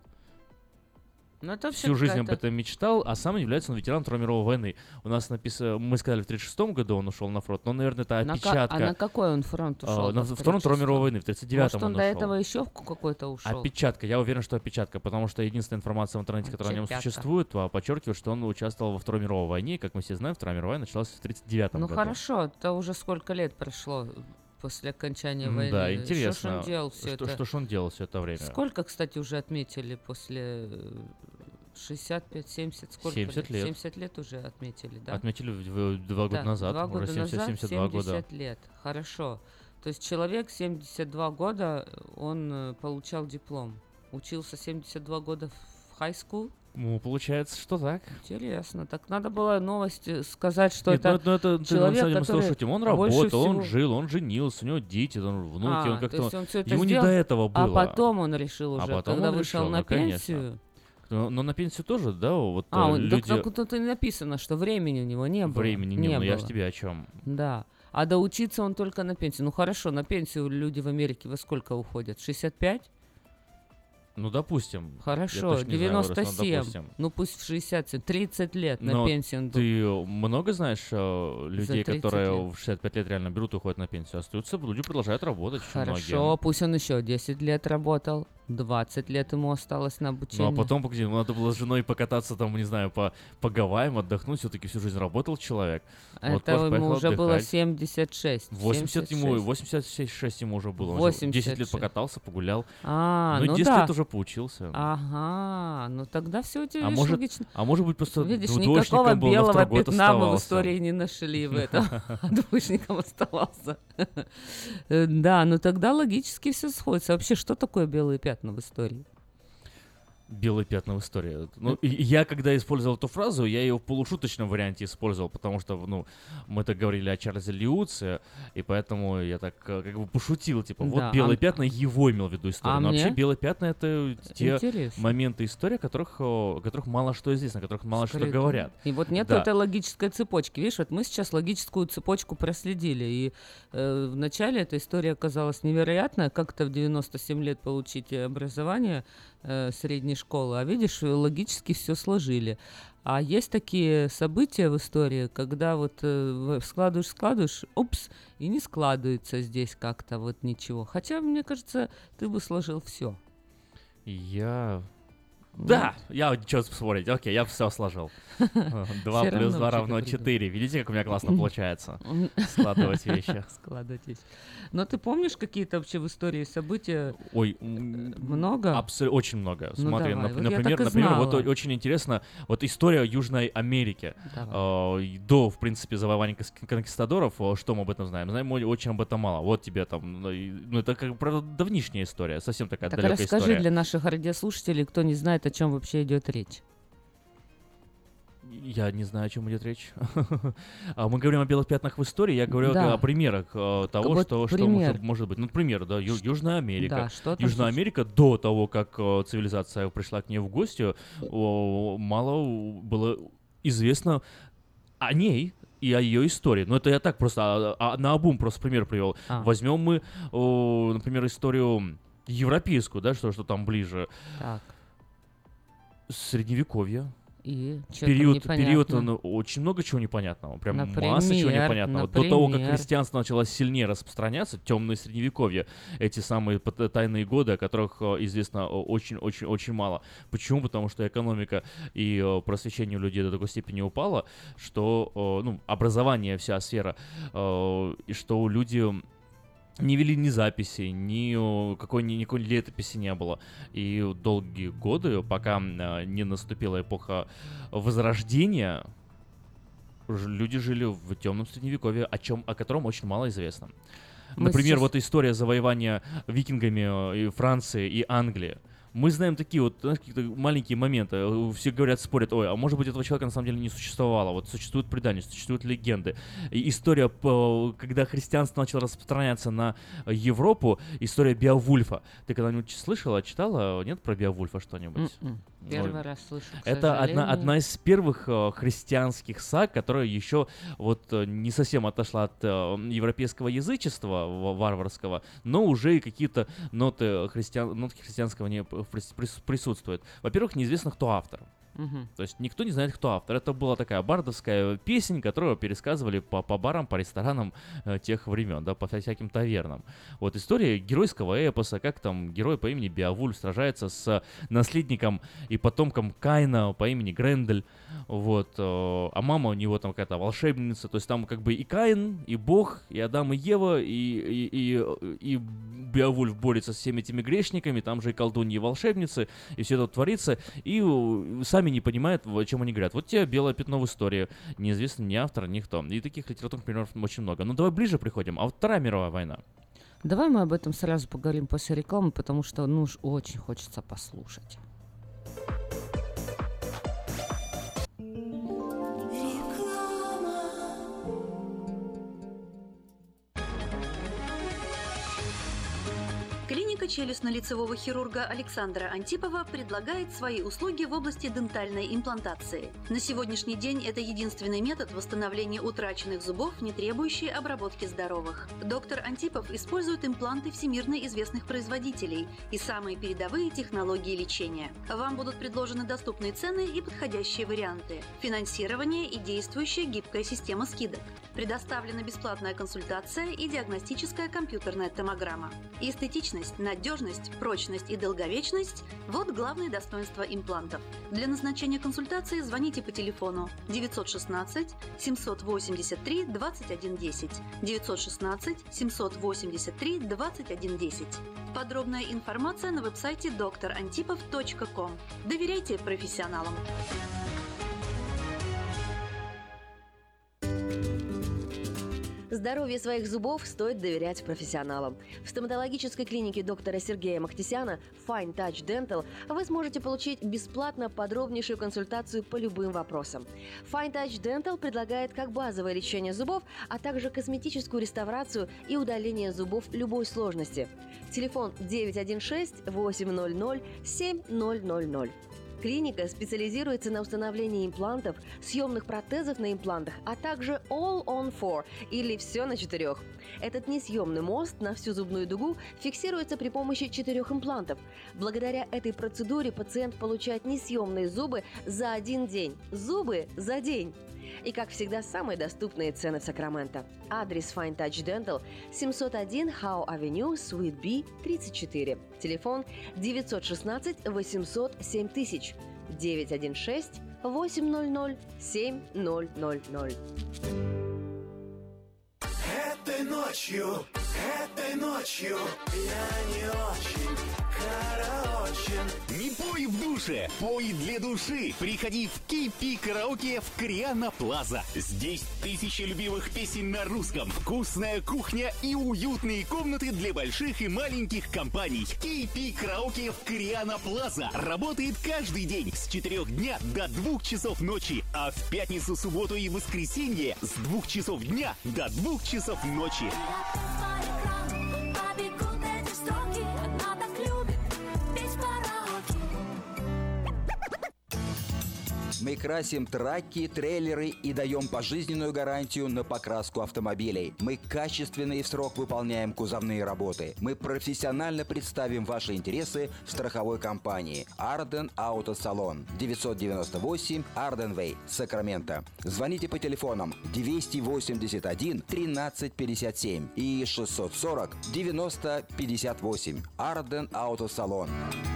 Всю жизнь об этом мечтал, а сам является он ветераном Второй мировой войны. У нас написано, мы сказали, в 1936 году он ушел на фронт, но, наверное, это опечатка. А на какой он фронт ушел? На Второй мировой войны, в 1939-м он ушел. Может, он до этого еще в какой-то ушел? Опечатка, я уверен, что опечатка, потому что единственная информация в интернете, которая о нем существует, подчеркивает, что он участвовал во Второй мировой войне, и, как мы все знаем, Вторая мировая началась в 1939 году. Ну хорошо, это уже сколько лет прошло после окончания войны. Да, интересно. Что ж он делал все это? Что ж он делал все это время? Сколько, кстати, уже отметили после 65, 70, сколько 70 лет. 70 лет уже отметили, да? Отметили 2 года назад, 2 года уже 72 72 года. 70 лет, хорошо. То есть человек 72 года, он получал диплом. Учился 72 года в high school. Ну, получается, что так. Интересно. Так надо было новость сказать, что это человек, который он работал, он жил, он женился, у него дети, внуки, он как-то... Ему не до этого было. А потом он решил уже, когда вышел на пенсию... Но на пенсию тоже, да? Вот люди... так тут и написано, что времени у него не было. Времени не было, я же тебе о чем. Да. А доучиться он только на пенсию. Ну хорошо, на пенсию люди в Америке во сколько уходят? 65? Ну, допустим. Хорошо, 97. Ну, пусть в 67. 30 лет на пенсию. Ты много знаешь людей, которые в 65 лет реально берут и уходят на пенсию? Остаются, люди продолжают работать. Хорошо, пусть он еще 10 лет работал. 20 лет ему осталось на обучение. Ну, а потом, погоди, надо было с женой покататься там, не знаю, по Гавайям, отдохнуть. Все-таки всю жизнь работал человек. Это вот, ему уже было 76. 86 ему уже было. 86. 10 лет покатался, погулял. Ну 10 да. лет уже поучился. Ну тогда все у тебя логично. А может быть, просто никакого белого пятна мы в истории не нашли в этом. Двоечником оставался. Да, но тогда логически все сходится. Вообще, что такое белые пятна в истории? Белые пятна в истории. Ну, я, когда использовал эту фразу, я ее в полушуточном варианте использовал, потому что, мы так говорили о Чарльзе Льюисе, и поэтому я так как бы пошутил, типа, вот белые пятна, его имел в виду историю. Но вообще белые пятна — это те моменты истории, о которых мало что известно, о которых мало что говорят. И вот нет этой логической цепочки. Видишь, вот мы сейчас логическую цепочку проследили, и вначале эта история казалась невероятной, как-то в 97 лет получить образование средней школы, а видишь, логически все сложили. А есть такие события в истории, когда вот складываешь, и не складывается здесь как-то вот ничего. Хотя, мне кажется, ты бы сложил все. Да, я что спорить. Окей, я все сложил. 2 плюс 2 равно 4. Видите, как у меня классно получается складывать вещи. Но ты помнишь какие-то вообще в истории события? Ой, много? Очень много. Смотри, например, вот очень интересно, вот история Южной Америки. До, в принципе, завоевания конкистадоров, что мы об этом знаем? Знаем очень об этом мало. Вот тебе там, это как бы давнишняя история, совсем такая далекая история. Так расскажи для наших радиослушателей, кто не знает, о чем вообще идет речь. Я не знаю, о чем идет речь. Мы говорим о белых пятнах в истории, я говорю о примерах того, что может быть. Например, да, Южная Америка. Южная Америка до того, как цивилизация пришла к ней в гости, мало было известно о ней и о ее истории. Но это я так просто наобум просто пример привел. Возьмем мы, например, историю европейскую, да, что там ближе. Так. Средневековье. И период очень много чего непонятного. Прям масса чего непонятного. До того, как христианство начало сильнее распространяться, темное средневековье, эти самые тайные годы, о которых известно очень-очень-очень мало. Почему? Потому что экономика и просвещение у людей до такой степени упало, что образование, вся сфера, и что люди не вели ни записи, никакой летописи не было. И долгие годы, пока не наступила эпоха Возрождения, люди жили в темном средневековье, о котором очень мало известно. Например, вот история завоевания викингами и Франции и Англии. Мы знаем такие вот, знаешь, какие-то маленькие моменты. Все говорят, спорят, ой, а может быть этого человека на самом деле не существовало. Вот существуют предания, существуют легенды. И история, когда христианство начало распространяться на Европу, история Беовульфа. Ты когда-нибудь слышала, читала, нет, про Беовульфа что-нибудь? Первый раз слышу. Это одна из первых христианских саг, которая еще вот не совсем отошла от европейского язычества варварского, но уже и какие-то ноты христианского не присутствуют. Во-первых, неизвестно, кто автор. То есть никто не знает, кто автор. Это была такая бардовская песня, которую пересказывали по барам, по ресторанам тех времен, да, по всяким тавернам. Вот история геройского эпоса, как там герой по имени Беовульф сражается с наследником и потомком Каина по имени Грендель. Вот. А мама у него там какая-то волшебница. То есть там как бы и Каин, и Бог, и Адам, и Ева, и Беовульф борется с всеми этими грешниками. Там же и колдуньи, и волшебницы, и все это творится. И сами не понимают, о чем они говорят. Вот тебе белое пятно в истории. Неизвестно ни автор, ни кто. И таких литературных примеров очень много. Ну давай ближе приходим. А вот Вторая мировая война. Давай мы об этом сразу поговорим после рекламы, потому что, ну уж очень хочется послушать. Клиника челюстно-лицевого хирурга Александра Антипова предлагает свои услуги в области дентальной имплантации. На сегодняшний день это единственный метод восстановления утраченных зубов, не требующий обработки здоровых. Доктор Антипов использует импланты всемирно известных производителей и самые передовые технологии лечения. Вам будут предложены доступные цены и подходящие варианты, финансирование и действующая гибкая система скидок. Предоставлена бесплатная консультация и диагностическая компьютерная томограмма. Эстетичность, надежность, прочность и долговечность – вот главные достоинства имплантов. Для назначения консультации звоните по телефону 916 783 2110, 916 783 2110. Подробная информация на веб-сайте drantipov.com. Доверяйте профессионалам. Здоровье своих зубов стоит доверять профессионалам. В стоматологической клинике доктора Сергея Махтисяна Fine Touch Dental вы сможете получить бесплатно подробнейшую консультацию по любым вопросам. Fine Touch Dental предлагает как базовое лечение зубов, а также косметическую реставрацию и удаление зубов любой сложности. Телефон 916-800-7000. Клиника специализируется на установлении имплантов, съемных протезов на имплантах, а также All on 4 или все на 4. Этот несъемный мост на всю зубную дугу фиксируется при помощи 4 имплантов. Благодаря этой процедуре пациент получает несъемные зубы за один день. Зубы за день! И, как всегда, самые доступные цены в Сакраменто. Адрес Fine Touch Dental 701 Howe Avenue, Suite B, 34. Телефон 916 800 7000, 916 800 7000. Этой ночью я не очень караочен. Не пой в душе, пой для души. Приходи в KP Караоке в Криана Плаза. Здесь тысячи любимых песен на русском, вкусная кухня и уютные комнаты для больших и маленьких компаний. KP Караоке в Криана Плаза работает каждый день с 4 дня до 2 часов ночи, а в пятницу, субботу и воскресенье с 2 часов дня до 2 часов ночи. Мы красим траки, трейлеры и даем пожизненную гарантию на покраску автомобилей. Мы качественно и в срок выполняем кузовные работы. Мы профессионально представим ваши интересы в страховой компании Арден Автосалон, 998 Арден Вей, Сакраменто. Звоните по телефонам 281 13 57 и 640 90 58. Арден Автосалон.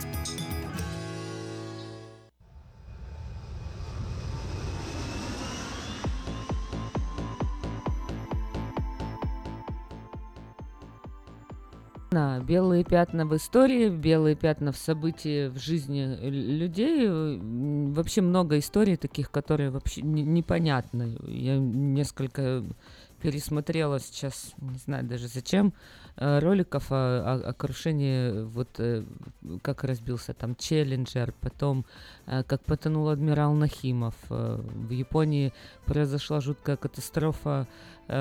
Белые пятна в истории, белые пятна в событии в жизни людей. Вообще много историй таких, которые вообще непонятны. Я несколько пересмотрела сейчас, не знаю даже зачем, роликов о крушении вот как разбился там Челленджер, потом как потонул адмирал Нахимов. В Японии произошла жуткая катастрофа,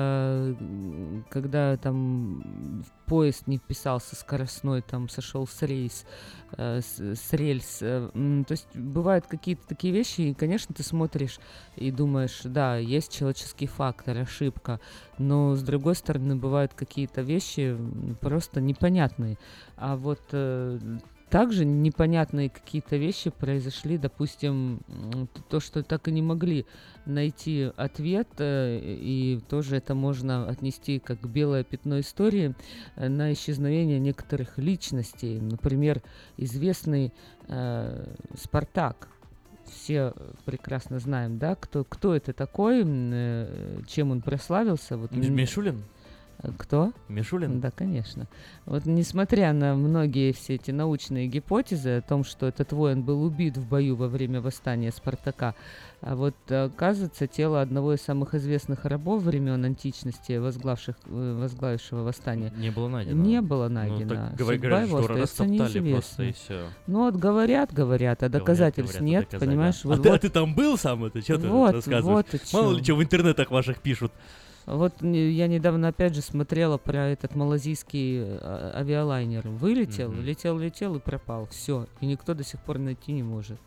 когда там поезд не вписался скоростной, там сошел с рельс. То есть бывают какие-то такие вещи, и, конечно, ты смотришь и думаешь, да, есть человеческий фактор, ошибка, но, с другой стороны, бывают какие-то вещи просто непонятные. А вот также непонятные какие-то вещи произошли, допустим, то, что так и не могли найти ответ, и тоже это можно отнести как белое пятно истории на исчезновение некоторых личностей. Например, известный Спартак. Все прекрасно знаем, да, кто это такой, чем он прославился. Вот Мишулин? Кто? Мишулин? Да, конечно. Вот несмотря на многие все эти научные гипотезы о том, что этот воин был убит в бою во время восстания Спартака, а вот оказывается, тело одного из самых известных рабов времен античности, возглавившего восстание, не было найдено. Не было найдено. Ну, так судьба его остается неизвестной. Ну вот говорят, а доказательств нет, доказать, понимаешь? Да. Вот, а ты там был сам, это что ты рассказываешь? Мало ли что в интернетах ваших пишут. Вот я недавно опять же смотрела про этот малазийский авиалайнер. Вылетел, летел и пропал. Все. И никто до сих пор найти не может.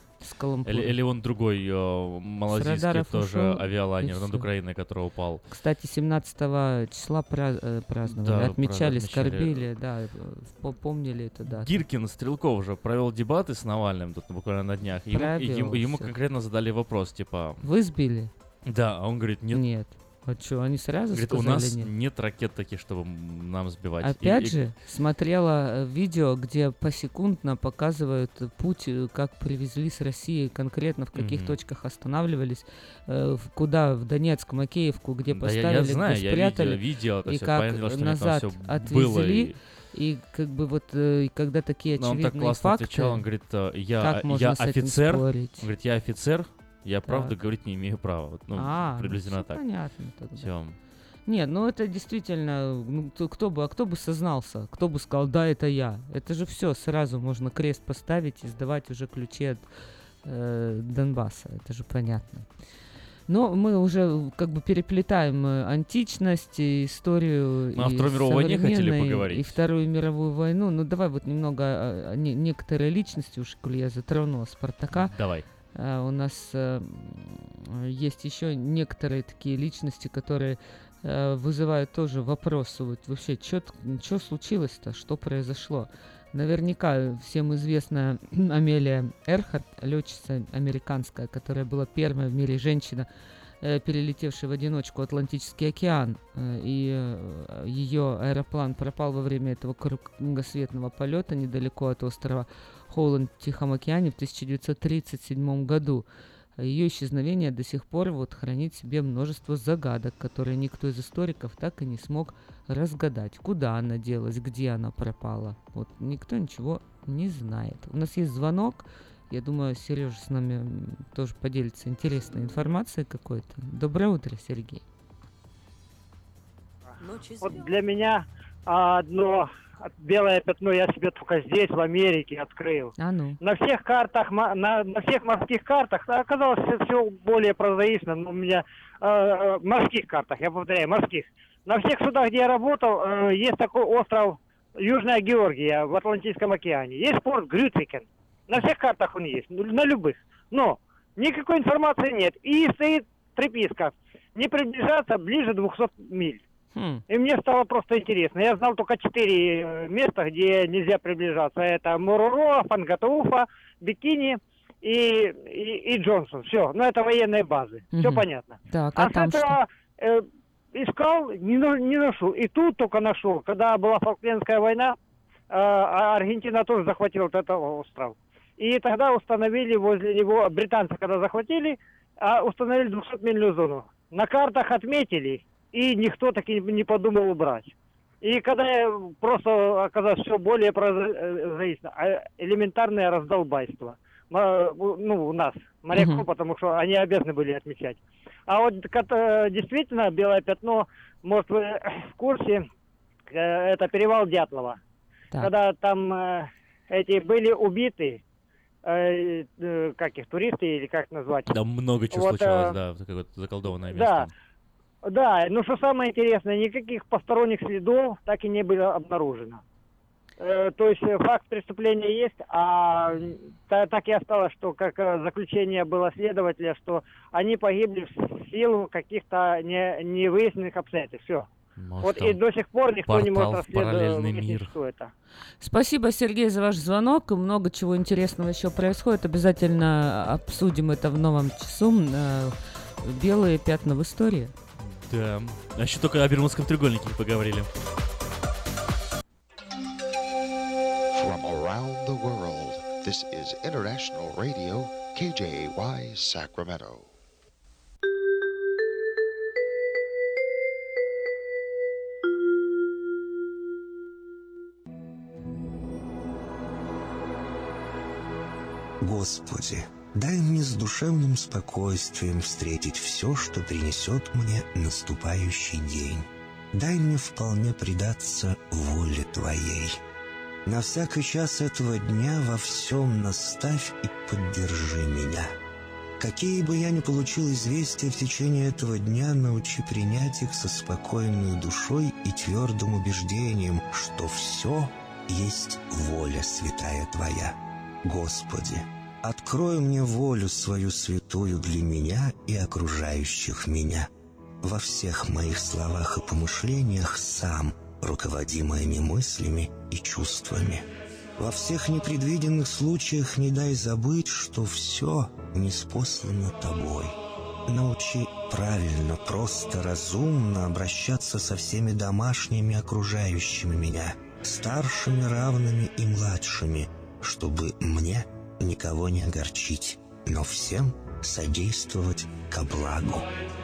Или он другой малазийский тоже ушел, авиалайнер над Украиной, который упал. Кстати, 17 числа праздновали, да, отмечали, скорбили, да, помнили это, да. Гиркин Стрелков уже провел дебаты с Навальным тут буквально на днях. Ему конкретно задали вопрос, типа... Вы сбили? Да, а он говорит, нет. Нет. А что, они сразу говорит, сказали у нас нет? Нет ракет таких, чтобы нам сбивать. Опять же, смотрела видео, где посекундно показывают путь, как привезли с России конкретно, в каких точках останавливались, куда, в Донецк, Макеевку, где поставили, я знаю, где спрятали, я видел это и все, как понятно, что назад отвезли. И как бы вот, когда такие очевидные факты... Он так классно отвечал, он говорит, я офицер, он говорит, я офицер, я правду говорить не имею права. Вот, приблизительно так. Понятно тогда. Всё. Нет, это действительно, кто бы сознался, кто бы сказал, да, это я. Это же все, сразу можно крест поставить и сдавать уже ключи от Донбасса. Это же понятно. Но мы уже как бы переплетаем античность, историю о Второй мировой войне хотели поговорить. И Вторую мировую войну. Ну давай вот немного некоторые личности, уж коли я затронула Спартака. Давай. У нас есть еще некоторые такие личности, которые вызывают тоже вопросы. Вот вообще, что случилось-то, что произошло? Наверняка всем известна Амелия Эрхарт, летчица американская, которая была первая в мире женщина, перелетевшая в одиночку Атлантический океан. И ее аэроплан пропал во время этого кругосветного полета недалеко от острова Холланд в Тихом океане в 1937 году. Ее исчезновение до сих пор хранит в себе множество загадок, которые никто из историков так и не смог разгадать. Куда она делась, где она пропала. Вот никто ничего не знает. У нас есть звонок. Я думаю, Сережа с нами тоже поделится интересной информацией какой-то. Доброе утро, Сергей. Вот для меня одно белое пятно я себе только здесь, в Америке, открыл. На всех картах, на всех морских картах, оказалось все более прозаично, но у меня морских картах, я повторяю, морских. На всех судах, где я работал, есть такой остров Южная Георгия в Атлантическом океане. Есть порт Грюцикен. На всех картах он есть, на любых. Но никакой информации нет. И стоит приписка: не приближаться ближе 200 миль. И мне стало просто интересно. Я знал только 4 места, где нельзя приближаться. Это Муруро, Фангатауфа, Бикини и Джонсон. Все. Но это военные базы. Все понятно. Так, а с этого искал, не нашел. И тут только нашел. Когда была Фолклендская война, Аргентина тоже захватила вот этот остров. И тогда установили возле него, британцы когда захватили, установили 200-мильную зону. На картах отметили, и никто так и не подумал убрать. И когда просто оказалось все более прозаично, элементарное раздолбайство. У нас, моряков, потому что они обязаны были отмечать. А вот действительно белое пятно, может вы в курсе, это перевал Дятлова. Так. Когда там эти были убиты, как их, туристы или как назвать? Да, много чего случалось, да, какое-то заколдованное место. Да, но что самое интересное, никаких посторонних следов так и не было обнаружено. То есть факт преступления есть, а так и осталось, что как заключение было следователя, что они погибли в силу каких-то невыясненных обстоятельств. Все. Вот и до сих пор никто не может расследовать, что это. Спасибо, Сергей, за ваш звонок. Много чего интересного еще происходит. Обязательно обсудим это в новом часу. Белые пятна в истории. Да. А еще только о Бермудском треугольнике не поговорили. Around the world, this is International Radio, KJY, Sacramento. Господи, дай мне с душевным спокойствием встретить все, что принесет мне наступающий день. Дай мне вполне предаться воле Твоей. На всякий час этого дня во всем наставь и поддержи меня. Какие бы я ни получил известия в течение этого дня, научи принять их со спокойной душой и твердым убеждением, что все есть воля святая Твоя. Господи, открой мне волю свою святую для меня и окружающих меня. Во всех моих словах и помышлениях сам руководи моими мыслями и чувствами. Во всех непредвиденных случаях не дай забыть, что все ниспослано Тобой. Научи правильно, просто, разумно обращаться со всеми домашними окружающими меня, старшими, равными и младшими, чтобы мне никого не огорчить, но всем содействовать ко благу.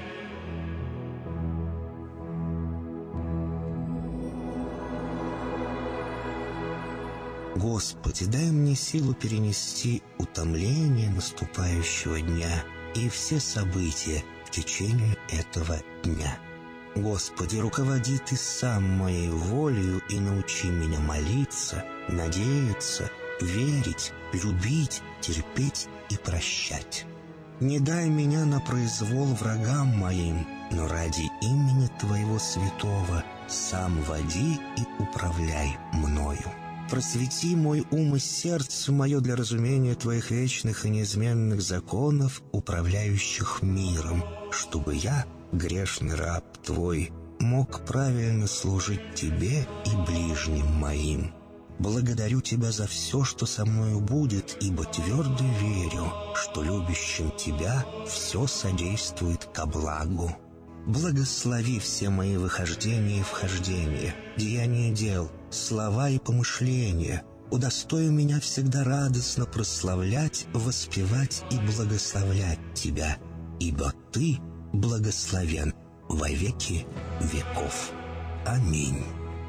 Господи, дай мне силу перенести утомление наступающего дня и все события в течение этого дня. Господи, руководи Ты сам моей волею и научи меня молиться, надеяться, верить, любить, терпеть и прощать. Не дай меня на произвол врагам моим, но ради имени Твоего святого сам води и управляй мною. Просвети мой ум и сердце мое для разумения Твоих вечных и неизменных законов, управляющих миром, чтобы я, грешный раб Твой, мог правильно служить Тебе и ближним моим. Благодарю Тебя за все, что со мною будет, ибо твердо верю, что любящим Тебя все содействует ко благу. Благослови все мои выхождения и вхождения, деяния дел, слова и помышления. Удостой меня всегда радостно прославлять, воспевать и благословлять Тебя, ибо Ты благословен во веки веков. Аминь.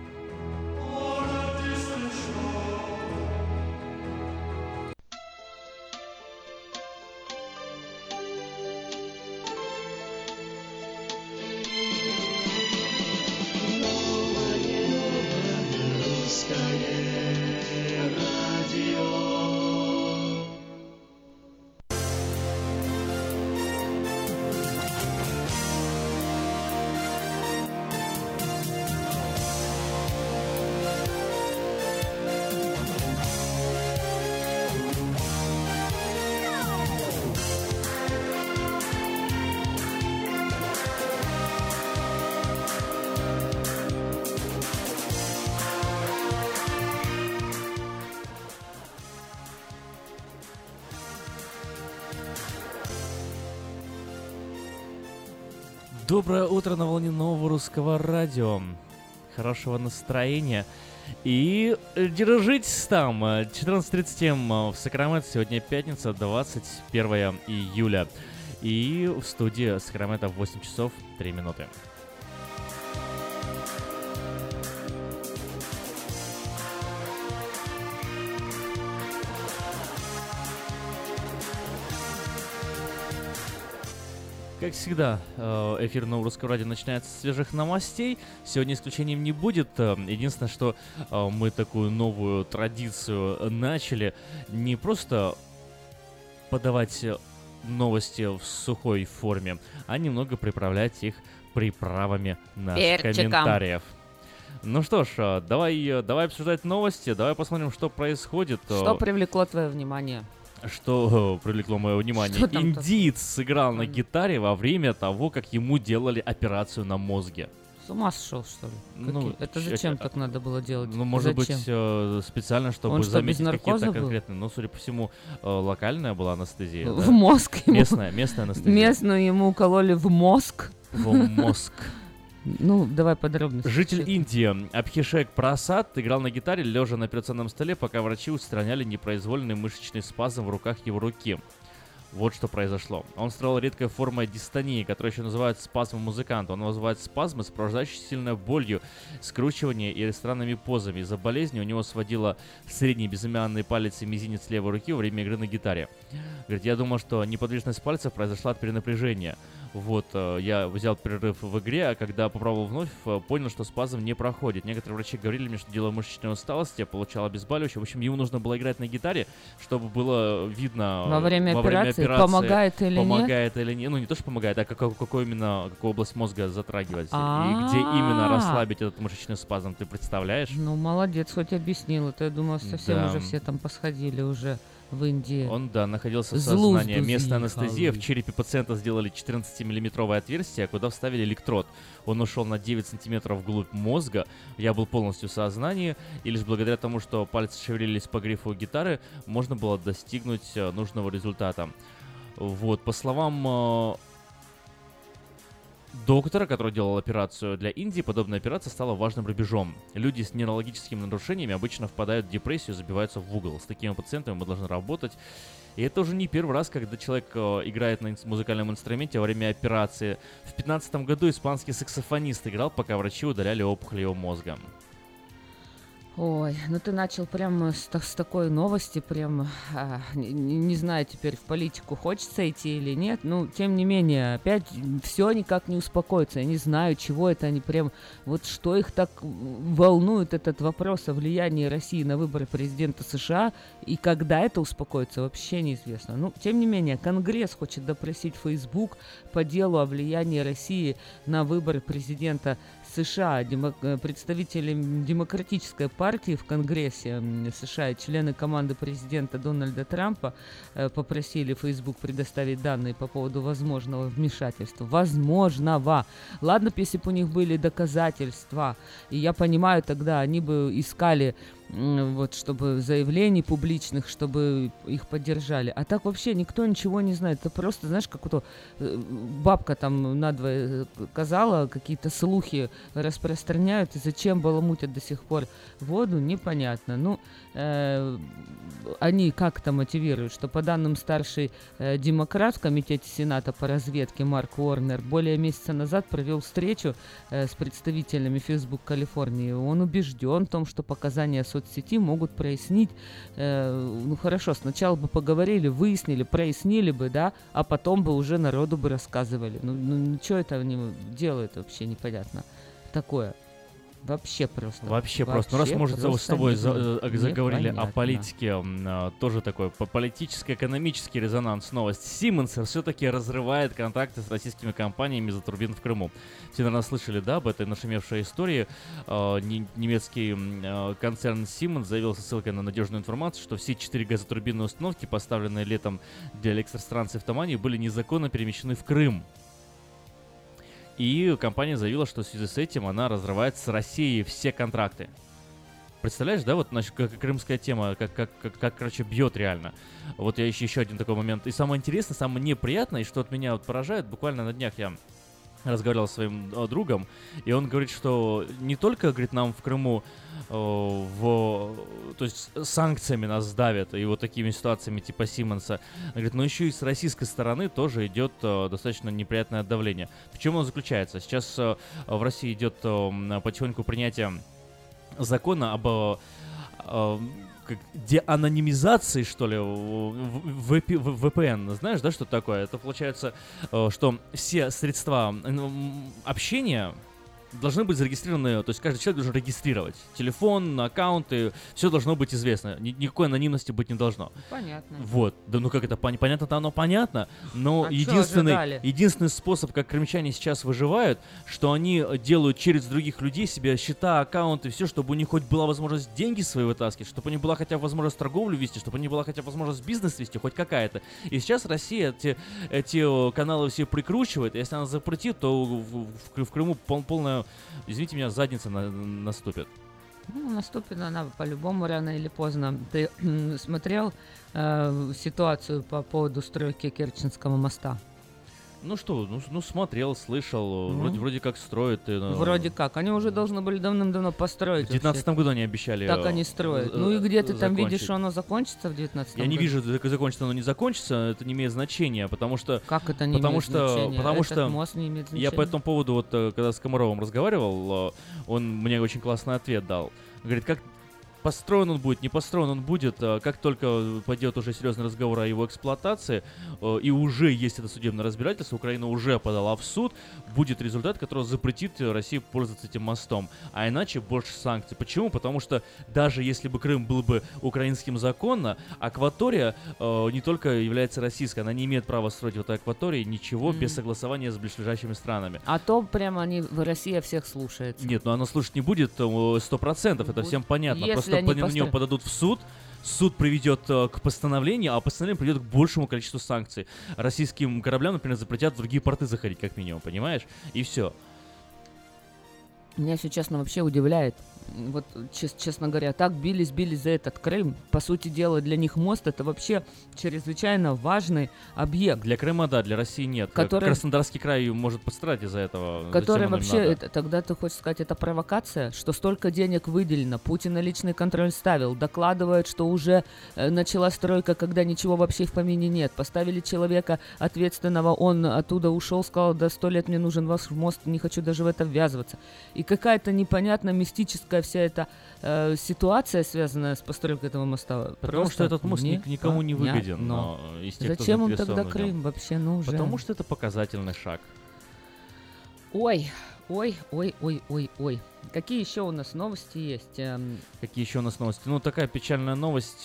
Доброе утро на волне нового русского радио. Хорошего настроения. И держитесь там. 14:30 в Сакраменто. Сегодня пятница, 21 июля. И в студии Сакраменто 8 часов 3 минуты. Как всегда, эфир Нового Русского Радио начинается с свежих новостей. Сегодня исключением не будет. Единственное, что мы такую новую традицию начали. Не просто подавать новости в сухой форме, а немного приправлять их приправами наших комментариев. Ну что ж, давай обсуждать новости, давай посмотрим, что происходит. Что привлекло твое внимание? Что привлекло мое внимание? Индиец сыграл на гитаре во время того, как ему делали операцию на мозге. С ума сошел, что ли? Ну, это зачем так надо было делать? Ну, может быть, специально, чтобы заметить какие-то конкретные. Но, судя по всему, локальная была анестезия. В мозг ему. Местная анестезия. Местную ему укололи в мозг. В мозг. Ну, давай подробно. Житель Индии Абхишек Прасад играл на гитаре, лежа на операционном столе, пока врачи устраняли непроизвольный мышечный спазм в руках его руки. Вот что произошло. Он страдал редкой формой дистонии, которую еще называют спазмом музыканта. Он вызывает спазмы, сопровождающиеся сильной болью, скручиванием и странными позами. Из-за болезни у него сводило средний безымянный палец и мизинец левой руки во время игры на гитаре. Говорит, я думал, что неподвижность пальцев произошла от перенапряжения. Вот, я взял перерыв в игре, а когда попробовал вновь, понял, что спазм не проходит. Некоторые врачи говорили мне, что дело мышечной усталости, я получал обезболивающее. В общем, ему нужно было играть на гитаре, чтобы было видно во время операции помогает или нет. Ну, не то, что помогает, а какую область мозга затрагивать. И где именно расслабить этот мышечный спазм, ты представляешь? Ну, молодец, хоть объяснил. Это, я думаю, совсем уже все там посходили уже. В Индии. Он, находился в сознании. Местная анестезия. В черепе пациента сделали 14-миллиметровое отверстие, куда вставили электрод. Он ушел на 9 сантиметров вглубь мозга. Я был полностью в сознании. И лишь благодаря тому, что пальцы шевелились по грифу гитары, можно было достигнуть нужного результата. Вот, по словам доктора, который делал операцию для Индии, подобная операция стала важным рубежом. Люди с нейрологическими нарушениями обычно впадают в депрессию, забиваются в угол. С такими пациентами мы должны работать. И это уже не первый раз, когда человек играет на музыкальном инструменте во время операции. В 2015 году испанский саксофонист играл, пока врачи удаляли опухоль его мозга. Ой, ну ты начал прямо с такой новости, прям, не знаю теперь, в политику хочется идти или нет, ну, тем не менее, опять все никак не успокоится, я не знаю, чего это они прям, вот что их так волнует этот вопрос о влиянии России на выборы президента США, и когда это успокоится, вообще неизвестно. Ну, тем не менее, Конгресс хочет допросить Facebook по делу о влиянии России на выборы президента США. Представители демократической партии в Конгрессе США и члены команды президента Дональда Трампа попросили Facebook предоставить данные по поводу возможного вмешательства. Возможного. Ладно, если бы у них были доказательства. И я понимаю, тогда они бы искали вот, чтобы заявлений публичных, чтобы их поддержали. А так вообще никто ничего не знает. Это просто, знаешь, как вот бабка там надвое казала, какие-то слухи распространяют, и зачем баламутят до сих пор воду, непонятно. Ну, они как-то мотивируют, что по данным старший демократ в комитете Сената по разведке Марк Уорнер более месяца назад провел встречу с представителями Facebook Калифорнии. Он убежден в том, что показания соцсети могут прояснить, ну хорошо, сначала бы поговорили, выяснили, прояснили бы, да, а потом бы уже народу бы рассказывали. Ну что это они делают, вообще непонятно. Такое. Вообще просто. Вообще просто. Ну, раз, может, с тобой заговорили о политике, тоже такой политическо-экономический резонанс. Новость. Siemens все-таки разрывает контракты с российскими компаниями за турбин в Крыму. Все, наверное, слышали, да, об этой нашумевшей истории. Немецкий концерн Siemens заявил со ссылкой на надежную информацию, что все 4 газотурбинные установки, поставленные летом для электростанции в Тамане, были незаконно перемещены в Крым. И компания заявила, что в связи с этим она разрывает с Россией все контракты. Представляешь, да, вот значит, как крымская тема, как короче, бьет реально. Вот я еще один такой момент. И самое интересное, самое неприятное, и что от меня вот поражает, буквально на днях я разговаривал с своим другом, и он говорит, что не только, говорит, нам в Крыму то есть санкциями нас давят, и вот такими ситуациями типа Сименса, говорит, но еще и с российской стороны тоже идет достаточно неприятное давление. В чем оно заключается? Сейчас в России идет потихоньку принятие закона об деанонимизации, что ли, VPN. Знаешь, да, что такое? Это получается, что все средства общения должны быть зарегистрированы, то есть каждый человек должен регистрировать телефон, аккаунты, все должно быть известно, никакой анонимности быть не должно. Понятно. Вот, да ну как это, понятно-то оно понятно, но единственный способ, как крымчане сейчас выживают, что они делают через других людей себе счета, аккаунты, все, чтобы у них хоть была возможность деньги свои вытаскивать, чтобы у них была хотя бы возможность торговлю вести, чтобы у них была хотя бы возможность бизнес вести, хоть какая-то. И сейчас Россия эти каналы все прикручивает, и если она запретит, то в Крыму полная, извините меня, задница наступит. Ну, наступит она по-любому рано или поздно. Ты смотрел ситуацию по поводу стройки Керченского моста? Ну что, смотрел, слышал, вроде как строят. Вроде как. Они уже должны были давным-давно построить. В 2019 году они обещали. Так они строят. Ну и где ты там видишь, что оно закончится в 2019 году? Я не вижу, как закончится, оно не закончится, это не имеет значения, потому что... Как это не имеет значения? Потому что мост не имеет значения. Я по этому поводу, вот когда с Комаровым разговаривал, он мне очень классный ответ дал. Говорит, как построен он будет, не построен он будет, как только пойдет уже серьезный разговор о его эксплуатации, и уже есть это судебное разбирательство, Украина уже подала в суд, будет результат, который запретит России пользоваться этим мостом. А иначе больше санкций. Почему? Потому что даже если бы Крым был бы украинским законно, акватория не только является российской, она не имеет права строить в этой акватории ничего без согласования с близлежащими странами. А то прямо Россия всех слушается. Нет, но она слушать не будет 100%, это всем понятно. Если просто на нее подадут в суд, суд приведет к постановлению, а постановление приведет к большему количеству санкций. Российским кораблям, например, запретят в другие порты заходить, как минимум, понимаешь? И все. Меня, если честно, вообще удивляет. Вот, честно говоря, так бились за этот Крым. По сути дела, для них мост — это вообще чрезвычайно важный объект. Для Крыма, да, для России нет. Краснодарский край может пострадать из-за этого. Который вообще, тогда ты хочешь сказать, это провокация? Что столько денег выделено, Путин на личный контроль ставил, докладывает, что уже начала стройка, когда ничего вообще в помине нет. Поставили человека ответственного, он оттуда ушел, сказал, да 100 лет мне нужен ваш мост, не хочу даже в это ввязываться. И какая-то непонятная мистическая вся эта ситуация, связанная с постройкой этого моста. Потому что этот мост никому не выгоден. Но зачем он тогда Крым вообще нужен? Потому что это показательный шаг. Ой. Какие еще у нас новости есть? Какие еще у нас новости? Ну, такая печальная новость.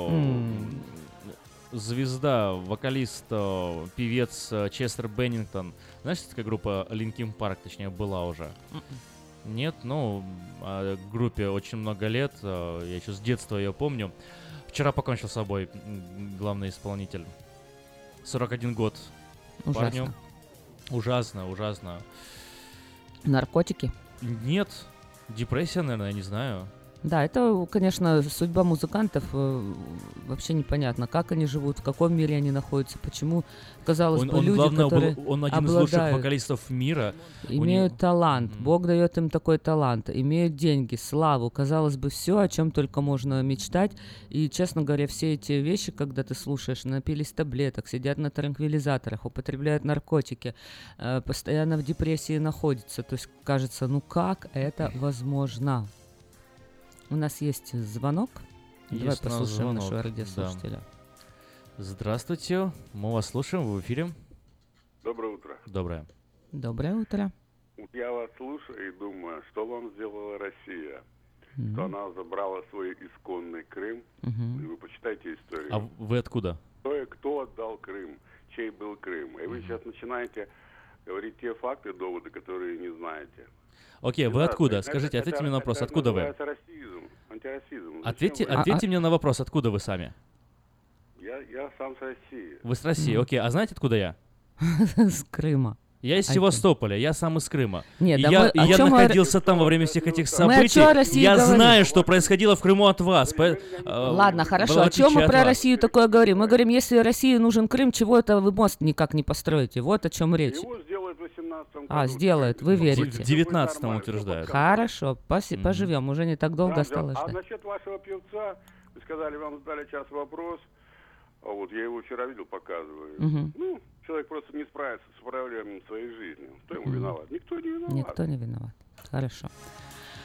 Звезда, вокалист, певец Честер Беннингтон. Знаешь, такая группа Linkin Park, точнее, была уже? Нет, ну, группе очень много лет, я еще с детства ее помню. Вчера покончил с собой главный исполнитель. 41 год парню. Ужасно. Наркотики? Нет, депрессия, наверное, я не знаю. Да, это, конечно, судьба музыкантов вообще непонятно, как они живут, в каком мире они находятся, почему, казалось бы, люди, которые он один из лучших вокалистов мира. Имеют талант, Бог дает им такой талант, имеют деньги, славу, казалось бы, все, о чем только можно мечтать. И, честно говоря, все эти вещи, когда ты слушаешь, напились таблеток, сидят на транквилизаторах, употребляют наркотики, постоянно в депрессии находятся. То есть, кажется, ну как это возможно? У нас есть звонок. Давай послушаем нашего радиослушателя. Да. Здравствуйте, мы вас слушаем, вы в эфире. Доброе утро. Доброе утро. Я вас слушаю и думаю, что вам сделала Россия? Что она забрала свой исконный Крым. И вы почитайте историю. А вы откуда? Кто отдал Крым? Чей был Крым? И вы сейчас начинаете говорить те факты, доводы, которые не знаете. Окей, вы откуда? Скажите, ответьте мне на вопрос, откуда вы? Это антирасизм. Ответьте мне на вопрос, откуда вы сами? Я сам с России. Вы с России, окей. А знаете, откуда я? С Крыма. Я из Севастополя, я сам из Крыма. Нет, я находился там во время всех этих событий. Я знаю, что происходило в Крыму от вас. Ладно, хорошо. О чем мы про Россию такое говорим? Мы говорим, если России нужен Крым, чего это вы мост никак не построите? Вот о чем речь. Его сделают в 18-м году. Сделают, вы верите. В 19-м утверждают. Хорошо, поживем, уже не так долго осталось ждать. А насчет вашего певца, вы сказали, вам задали час вопрос. А вот я его вчера видел, показываю. Ну, человек просто не справится с управлением своей жизни. Кто ему виноват? Никто не виноват. Никто не виноват. Хорошо.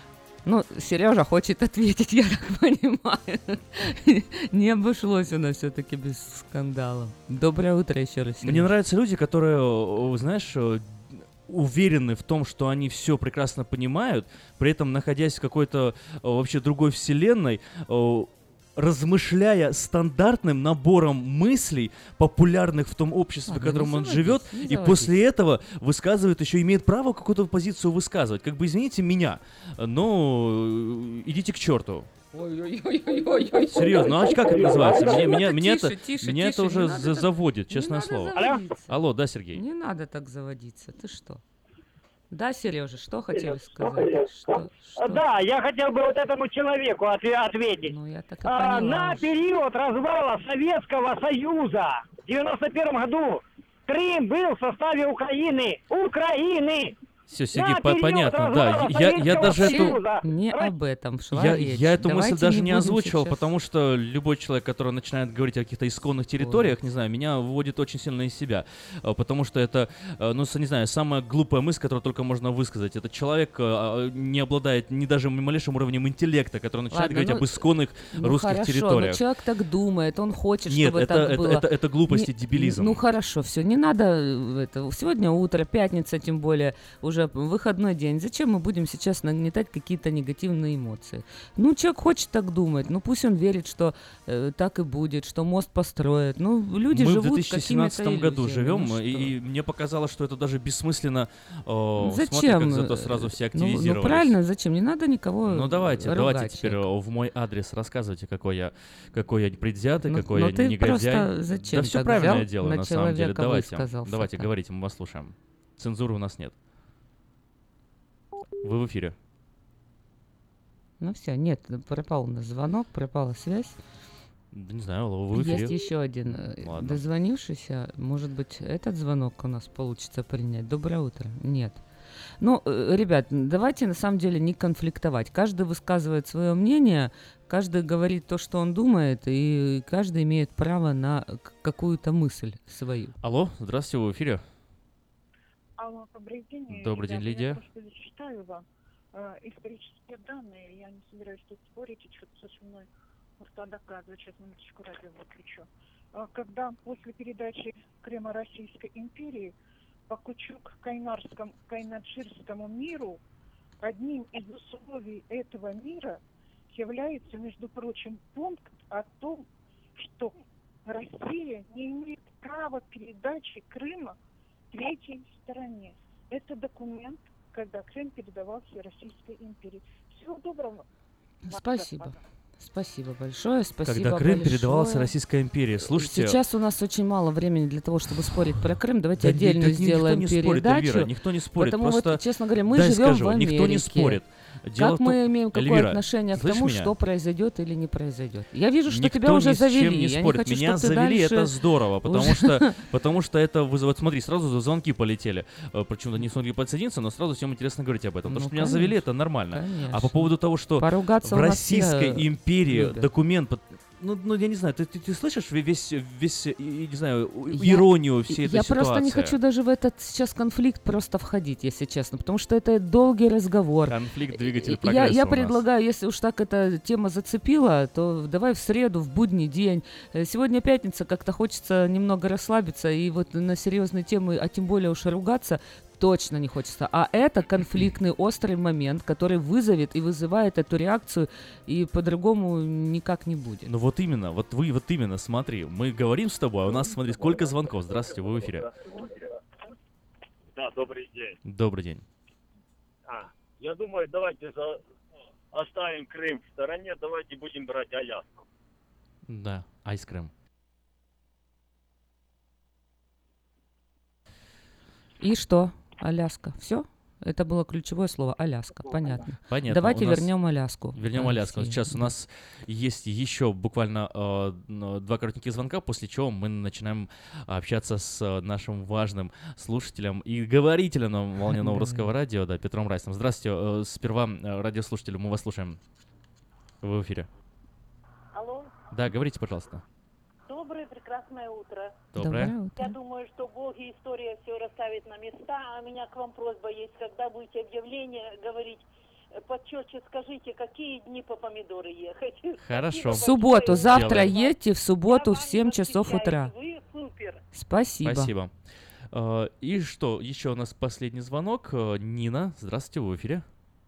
Ну, Сережа хочет ответить, я так понимаю. Не обошлось у нас все-таки без скандала. Доброе утро еще раз. Мне нравятся люди, которые, знаешь, уверены в том, что они все прекрасно понимают, при этом находясь в какой-то вообще другой вселенной, размышляя стандартным набором мыслей, популярных в том обществе, в котором он живет, и после этого высказывает, еще имеет право какую-то позицию высказывать. Как бы, извините меня, но идите к черту. Ой-ой-ой-ой-ой. Серьезно, ну а как это называется? Меня это уже заводит, честное слово. Алло, да, Сергей? Не надо так заводиться, ты что? Да, Сережа, что хотели сказать? Что? Да, я хотел бы вот этому человеку ответить. Ну, я так и поняла. На период развала Советского Союза в 91 году Крым был в составе Украины. Все, Сергей, понятно, да. Я даже эту... Не об этом шла речь. Я эту мысль даже не озвучивал, потому что любой человек, который начинает говорить о каких-то исконных территориях, не знаю, меня выводит очень сильно из себя. Потому что это, ну, не знаю, самая глупая мысль, которую только можно высказать. Этот человек не обладает ни даже малейшим уровнем интеллекта, который начинает говорить об исконных русских территориях. Ну человек так думает, он хочет, чтобы так было. Нет, это глупость и дебилизм. Ну хорошо, все, не надо это. Сегодня утро, пятница, тем более, уже выходной день. Зачем мы будем сейчас нагнетать какие-то негативные эмоции? Ну, человек хочет так думать, ну пусть он верит, что так и будет, что мост построят. Ну, люди живут какими-то Мы в 2017 году живем, и мне показалось, что это даже бессмысленно. Зачем? Смотри, как зато сразу все активизировались. Ну, правильно, зачем? Не надо никого Ну, давайте теперь в мой адрес рассказывайте, какой я предвзятый, какой я негодяй. Зачем да все правильно я делаю, на самом деле. Давайте, говорите, мы вас слушаем. Цензуры у нас нет. Вы в эфире. Ну все, нет, пропал у нас звонок, пропала связь. Да не знаю, вы в эфире. Есть еще один дозвонившийся. Может быть, этот звонок у нас получится принять. Доброе утро. Нет. Ну, ребят, давайте на самом деле не конфликтовать. Каждый высказывает свое мнение, каждый говорит то, что он думает, и каждый имеет право на какую-то мысль свою. Алло, здравствуйте, вы в эфире. Алло, добрый день. Добрый день, Лидия. Я просто зачитаю вам исторические данные. Я не собираюсь тут спорить, и что-то со мной просто доказывать. Сейчас минуточку радио выключу. Когда после передачи Крыма Российской империи по Кучук-Кайнарскому миру одним из условий этого мира является, между прочим, пункт о том, что Россия не имеет права передачи Крыма третьей стороне. Это документ, когда Крым передавался Российской империи. Всего доброго. Спасибо. Спасибо большое, спасибо. Когда Крым передавался Российской империи. Слушайте, сейчас у нас очень мало времени для того, чтобы спорить про Крым. Давайте отдельно сделаем передачу. Никто не спорит. Потому просто, вот, честно говоря, мы живем в Америке. Никто не спорит. Как мы имеем какое отношение к тому, что произойдет или не произойдет? Я вижу, что тебя уже завели. Не спорит. Меня завели, это здорово, потому что это вызывает... Смотри, сразу звонки полетели. Причем не смогли подсоединиться, но сразу всем интересно говорить об этом. Потому что меня завели, это нормально. А по поводу того, что в Российской империи документ... Ну, я не знаю, ты слышишь весь, не знаю, иронию всей этой ситуации? Я просто не хочу даже в этот сейчас конфликт просто входить, если честно, потому что это долгий разговор. Конфликт, двигатель прогресса. Я предлагаю, если уж так эта тема зацепила, то давай в среду, в будний день. Сегодня пятница, как-то хочется немного расслабиться, и вот на серьезные темы, а тем более уж ругаться, точно не хочется. А это конфликтный, острый момент, который вызовет и вызывает эту реакцию, и по-другому никак не будет. Ну вот именно, смотри, мы говорим с тобой, а у нас, смотри, сколько звонков. Здравствуйте, вы в эфире. Да, добрый день. Добрый день. Я думаю, давайте оставим Крым в стороне, давайте будем брать Аляску. Да, Айскрым. И что? Аляска. Все? Это было ключевое слово. Аляска. Понятно. Давайте вернем Аляску. Вернем Аляску. Сейчас у нас есть еще буквально 2 коротеньких звонка, после чего мы начинаем общаться с нашим важным слушателем и говорителем на волне Нового Русского Радио, да, Петром Райсом. Здравствуйте. Сперва радиослушателю, мы вас слушаем. Вы в эфире. Алло. Да, говорите, пожалуйста. Доброе, прекрасное утро. Доброе. Я думаю, что Бог и история все расставит на места. А у меня к вам просьба есть, когда будете объявление говорить потетче скажите, какие дни по помидоры ехать. Хорошо. В субботу. Завтра едьте в субботу в 7 часов утра. Вы супер. Спасибо. Спасибо. И что, еще у нас последний звонок. Нина, здравствуйте, в эфире.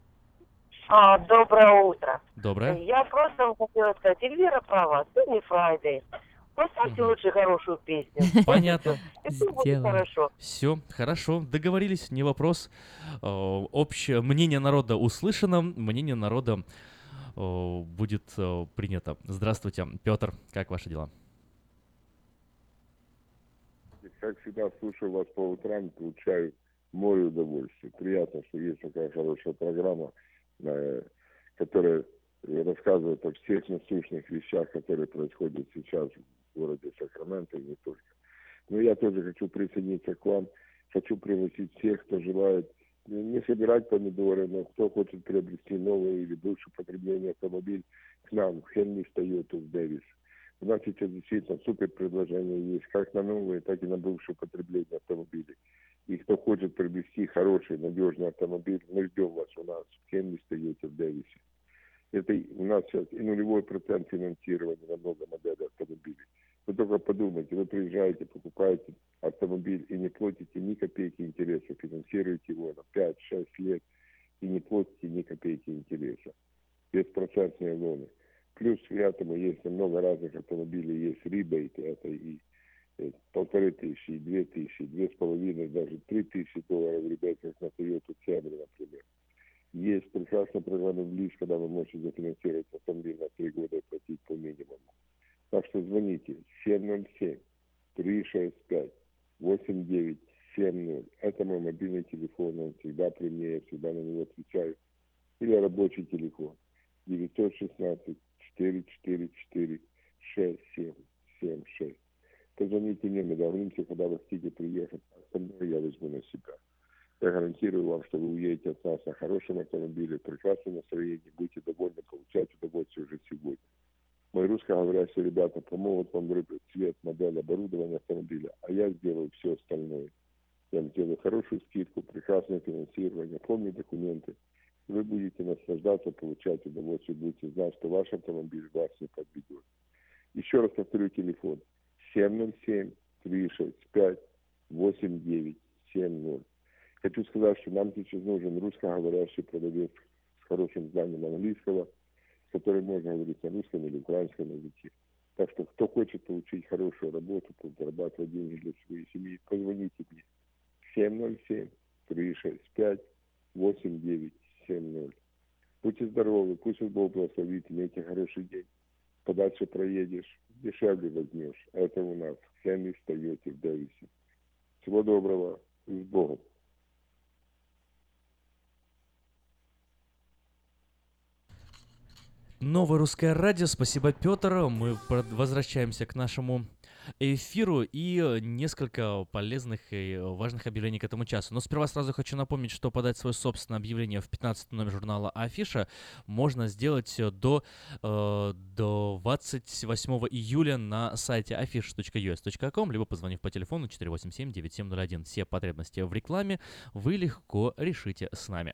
Доброе утро. Доброе. Я просто хотела сказать, Эльвира права, сегодня Friday. Поставьте лучше хорошую песню. Понятно. Сделаем. Хорошо. Все, хорошо, договорились, не вопрос. Общее мнение народа услышано, мнение народа будет принято. Здравствуйте, Петр, как ваши дела? Как всегда, слушаю вас по утрам, получаю море удовольствия. Приятно, что есть такая хорошая программа, которая рассказывает о всех насущных вещах, которые происходят сейчас в городе Сакраменто и не только. Но я тоже хочу присоединиться к вам. Хочу пригласить всех, кто желает не собирать помидоры, но кто хочет приобрести новый или бывший потребление автомобиль, к нам, в Henley Toyota в Дэвис. У нас сейчас действительно супер предложения есть, как на новые, так и на бывшее потребление автомобилей. И кто хочет приобрести хороший, надежный автомобиль, мы ждем вас у нас в Henley Toyota в Дэвисе. Это у нас сейчас и 0% финансирования на много моделей автомобилей. Вы только подумайте, вы приезжаете, покупаете автомобиль и не платите ни копейки интереса, финансируете его на 5-6 лет и не платите ни копейки интереса. Беспроцентные лоны. Плюс к этому есть много разных автомобилей, есть ребейты, это и $1500, и $2000, $2500, даже $3000 ребейт, как на Toyota Camry, например. Есть прекрасная программа «Близ», когда вы можете зафинансировать автомобиль на 3 года и платить по минимуму. Так что звоните 707-365-8970. Это мой мобильный телефон, он всегда при мне, я всегда на него отвечаю. Или рабочий телефон 916-444-6776. Позвоните мне, мы договоримся, когда вы хотите приехать. Остальное я возьму на себя. Я гарантирую вам, что вы уедете от нас на хорошем автомобиле, прекрасном настроении, будете довольны, получать удовольствие уже сегодня. Мои русскоговорящие ребята помогут вам выбрать цвет, модель, оборудование автомобиля, а я сделаю все остальное. Я вам сделаю хорошую скидку, прекрасное финансирование, полные документы. Вы будете наслаждаться, получать удовольствие, будете знать, что ваш автомобиль вас не подведет. Еще раз повторю телефон 707-365-8970. Хочу сказать, что нам сейчас нужен русскоговорящий продавец с хорошим знанием английского, с которым можно говорить на русском или украинском языке. Так что, кто хочет получить хорошую работу, зарабатывать деньги для своей семьи, позвоните мне. 707-365-8970. Будьте здоровы, пусть Бог благословит, имейте хороший день. Подальше проедешь, дешевле возьмешь. Это у нас в Henley Toyota в Дэвисе. Всего доброго, с Богом. Новое русское радио, спасибо, Петр. Мы возвращаемся к нашему эфиру и несколько полезных и важных объявлений к этому часу. Но сперва сразу хочу напомнить, что подать свое собственное объявление в 15 номер журнала «Афиша» можно сделать до 28 июля на сайте afisha.us.com, либо позвонив по телефону 487-9701. Все потребности в рекламе вы легко решите с нами.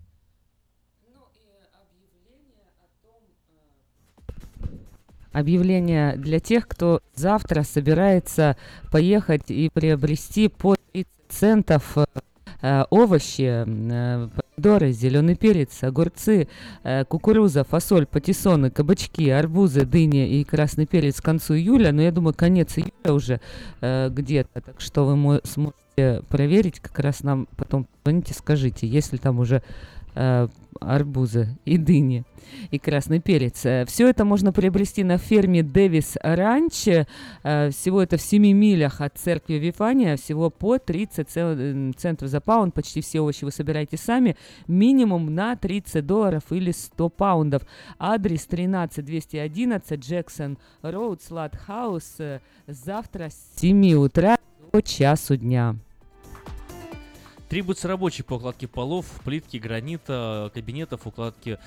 Объявление для тех, кто завтра собирается поехать и приобрести по 30 центов овощи, помидоры, зеленый перец, огурцы, кукуруза, фасоль, патиссоны, кабачки, арбузы, дыни и красный перец к концу июля. Но я думаю, конец июля уже где-то. Так что вы сможете проверить, как раз нам потом позвоните, скажите, если там уже арбузы и дыни и красный перец. Все это можно приобрести на ферме Дэвис Ранч. Всего это в 7 милях от церкви Вифания. Всего по 30 центов за паунд. Почти все овощи вы собираете сами. Минимум на $30 или 100 паундов. Адрес 13211 Джексон Роуд, Слат Хаус. Завтра с 7 утра до часу дня. Требуется рабочий по укладке полов, плитки, гранита, кабинетов, укладки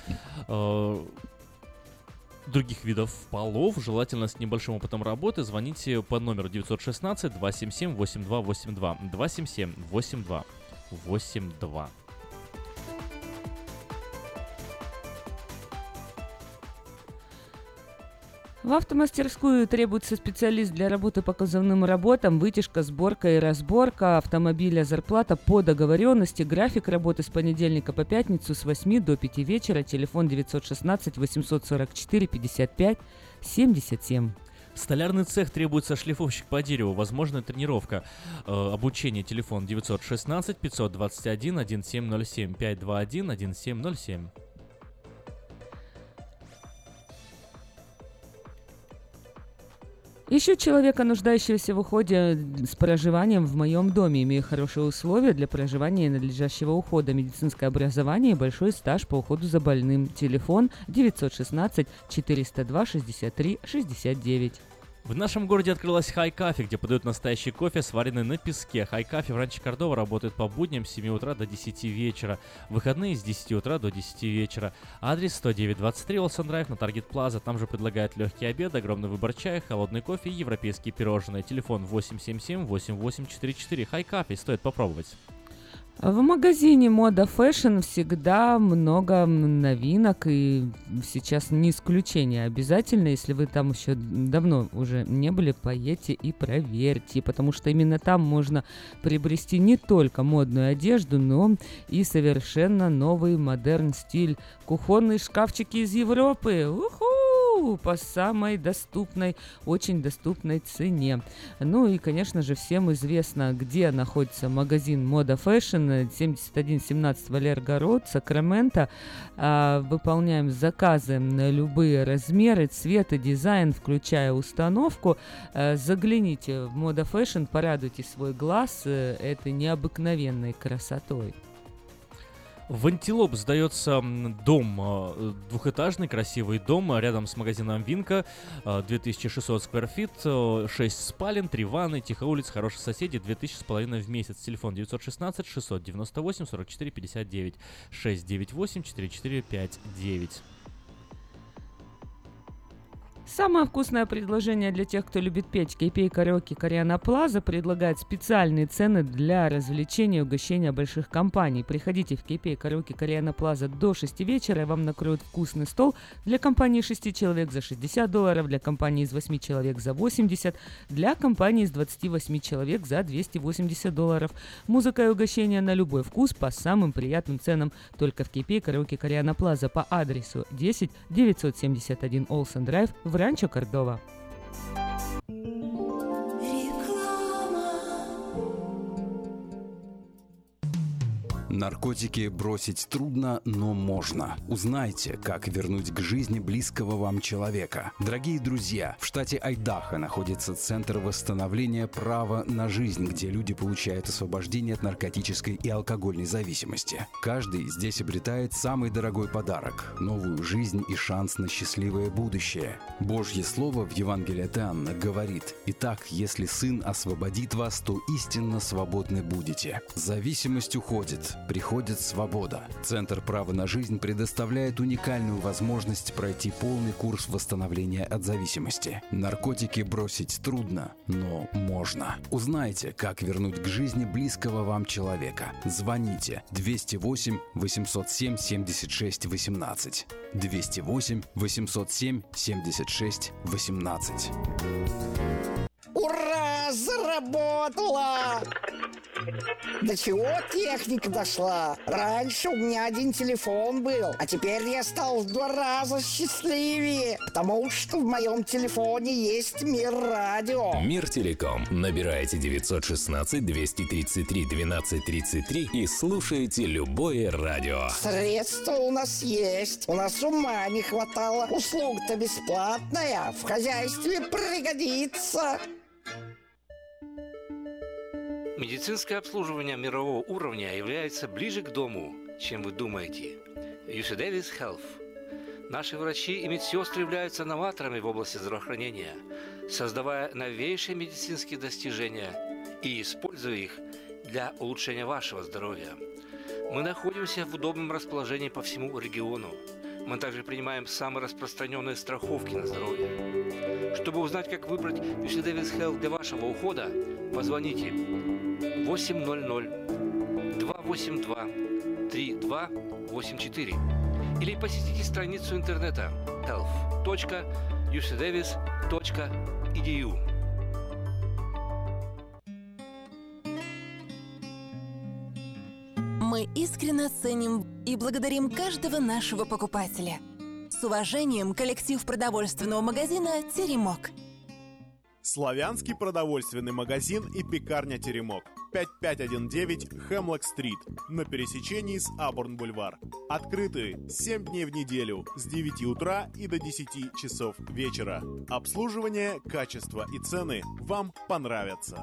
других видов полов, желательно с небольшим опытом работы. Звоните по номеру 916-277-8282. 277-8282. В автомастерскую требуется специалист для работы по кузовным работам, вытяжка, сборка и разборка автомобиля, зарплата по договоренности, график работы с понедельника по пятницу с 8 до 5 вечера, телефон 916 844 55 77. Столярный цех, требуется шлифовщик по дереву, возможная тренировка, обучение, телефон 916 521 1707 521 1707. Ищу человека, нуждающегося в уходе с проживанием в моем доме. Имею хорошие условия для проживания и надлежащего ухода, медицинское образование и большой стаж по уходу за больным. Телефон 916 402 63 69. В нашем городе открылась High Coffee, где подают настоящий кофе, сваренный на песке. High Coffee в Ранчо Кордова работает по будням с 7 утра до 10 вечера. В выходные с 10 утра до 10 вечера. Адрес 10923 Олсен Драйв на Таргет Плаза. Там же предлагают легкий обед, огромный выбор чая, холодный кофе и европейские пирожные. Телефон 877-8844. High Coffee, стоит попробовать. В магазине Мода Fashion всегда много новинок, и сейчас не исключение. Обязательно, если вы там еще давно уже не были, поедьте и проверьте, потому что именно там можно приобрести не только модную одежду, но и совершенно новый модерн стиль. Кухонные шкафчики из Европы. Уху! По самой доступной, очень доступной цене. Ну и, конечно же, всем известно, где находится магазин Мода Fashion, 7117 Валер-Город, Сакраменто. Выполняем заказы на любые размеры, цвет и дизайн, включая установку. Загляните в Мода Fashion, порадуйте свой глаз этой необыкновенной красотой. В Антилоп сдается дом, двухэтажный, красивый дом, рядом с магазином Винка, 2600 скверфит, 6 спален, 3 ванны, тихая улица, хорошие соседи, 2500 в месяц. Телефон 916 698 44 59, 698 44 59. Самое вкусное предложение для тех, кто любит петь. KP Караоке Кориана Плаза предлагает специальные цены для развлечения и угощения больших компаний. Приходите в KP Караоке Кориана Плаза до 6 вечера, и вам накроют вкусный стол для компании 6 человек за $60, для компании из 8 человек за $80, для компании из 28 человек за $280. Музыка и угощения на любой вкус по самым приятным ценам только в KP Караоке Кориана Плаза по адресу 10 971 Олсен Драйв в Ранчо Кордова. Наркотики бросить трудно, но можно. Узнайте, как вернуть к жизни близкого вам человека. Дорогие друзья, в штате Айдахо находится Центр восстановления права на жизнь, где люди получают освобождение от наркотической и алкогольной зависимости. Каждый здесь обретает самый дорогой подарок – новую жизнь и шанс на счастливое будущее. Божье Слово в Евангелии от Иоанна говорит: «Итак, если Сын освободит вас, то истинно свободны будете». Зависимость уходит. Приходит свобода. Центр права на жизнь предоставляет уникальную возможность пройти полный курс восстановления от зависимости. Наркотики бросить трудно, но можно. Узнайте, как вернуть к жизни близкого вам человека. Звоните 208 807 76 18. 208 807 76 18. Ура! Заработала! До чего техника дошла? Раньше у меня один телефон был, а теперь я стал в 2 раза счастливее, потому что в моем телефоне есть Мир Радио. Мир Телеком. Набирайте 916-233-1233 и слушайте любое радио. Средства у нас есть, у нас ума не хватало. Услуга-то бесплатная, в хозяйстве пригодится. Медицинское обслуживание мирового уровня является ближе к дому, чем вы думаете. UC Davis Health. Наши врачи и медсестры являются новаторами в области здравоохранения, создавая новейшие медицинские достижения и используя их для улучшения вашего здоровья. Мы находимся в удобном расположении по всему региону. Мы также принимаем самые распространенные страховки на здоровье. Чтобы узнать, как выбрать UC Davis Health для вашего ухода, позвоните 800-282-3284 или посетите страницу интернета health.ucdavis.com. ucdavis.edu. Мы искренне ценим и благодарим каждого нашего покупателя. С уважением, коллектив продовольственного магазина «Теремок». Славянский продовольственный магазин и пекарня «Теремок». 5519 Хемлок-стрит на пересечении с Абурн-бульвар. Открыты 7 дней в неделю с 9 утра и до 10 часов вечера. Обслуживание, качество и цены вам понравятся.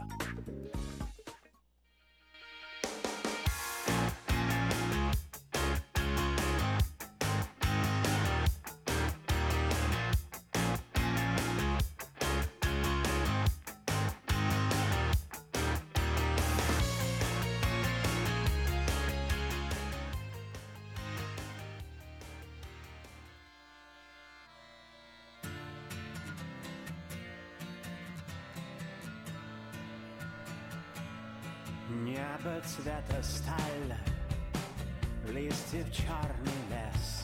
Небо цвета сталь, листьев черный лес.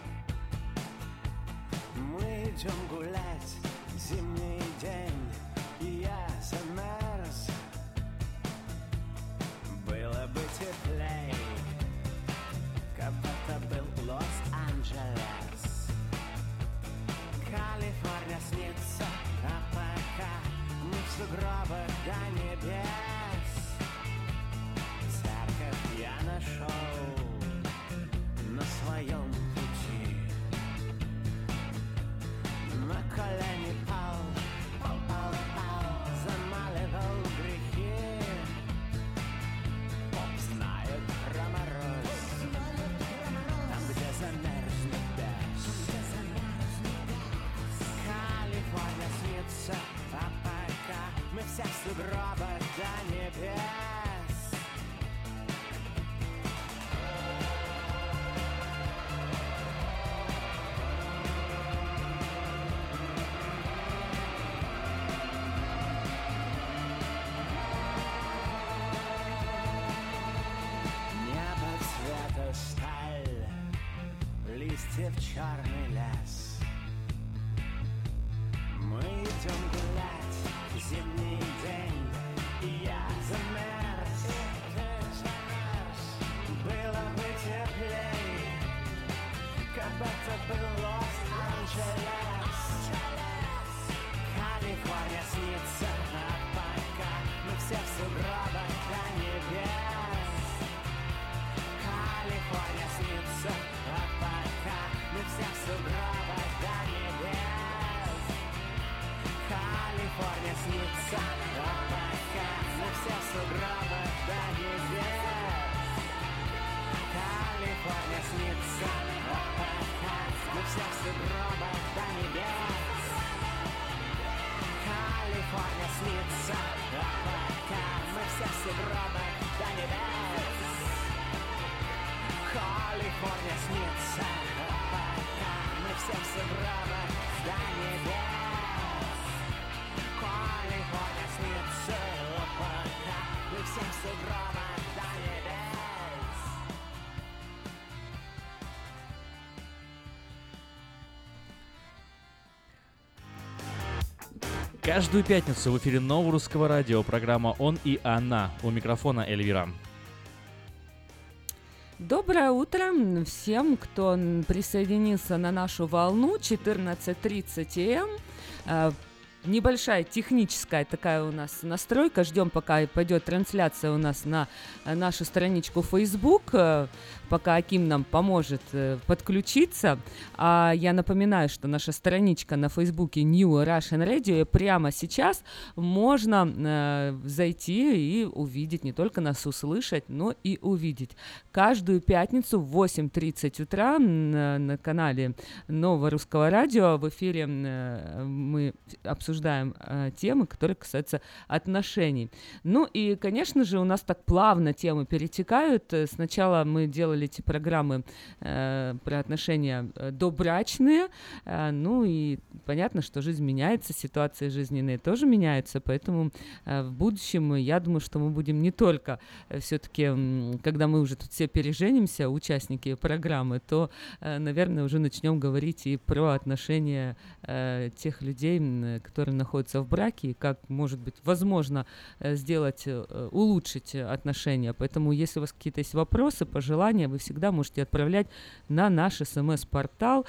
Мы идем гулять, зимний день, и я замерз. Было бы теплей, как будто был Лос-Анджелес. Калифорния снится, а пока мы в сугробах до небес. Я нашел на своем пути. На колени пал, замаливал грехи. Поп знает про мороз, там, где замерзнет дождь. Калифорния снится, а пока мы все в сугробах до небес. В черный лес мы идем гулять, зимний день, и я замерз. Было бы теплей, как будто был Лос-Анджелес. Калифорния снится, а пока мы все в сугробах до небес. Калифорния снится, а пока мы все в сугробах до небес. Калифорния снится, а пока мы все в сугробах до небес. Калифорния снится, а пока мы все в сугробах до небес. Калифорния снится, а пока мы все в сугробах до небес. Калифорния снится, а пока мы все в сугробах до небес. Калифорния снится, а пока мы все в сугробах до небес. Каждую пятницу в эфире Нового Русского Радио программа «Он и она». У микрофона Эльвира. Доброе утро всем, кто присоединился на нашу волну 14:30 АМ. Небольшая техническая такая у нас настройка. Ждем, пока пойдет трансляция у нас на нашу страничку Facebook, пока Аким нам поможет подключиться. А я напоминаю, что наша страничка на Фейсбуке New Russian Radio, и прямо сейчас можно зайти и увидеть, не только нас услышать, но и увидеть. Каждую пятницу в 8:30 утра на канале Нового Русского Радио в эфире мы обсуждаем обсуждаем темы, которые касаются отношений. Ну и, конечно же, у нас так плавно темы перетекают. Сначала мы делали эти программы про отношения добрачные, ну и понятно, что жизнь меняется, ситуации жизненные тоже меняются, поэтому в будущем, я думаю, что мы будем не только все-таки, когда мы уже тут все переженимся, участники программы, то, наверное, уже начнем говорить и про отношения тех людей, которые находятся в браке, и как, может быть, возможно сделать, улучшить отношения. Поэтому, если у вас какие-то есть вопросы, пожелания, вы всегда можете отправлять на наш СМС-портал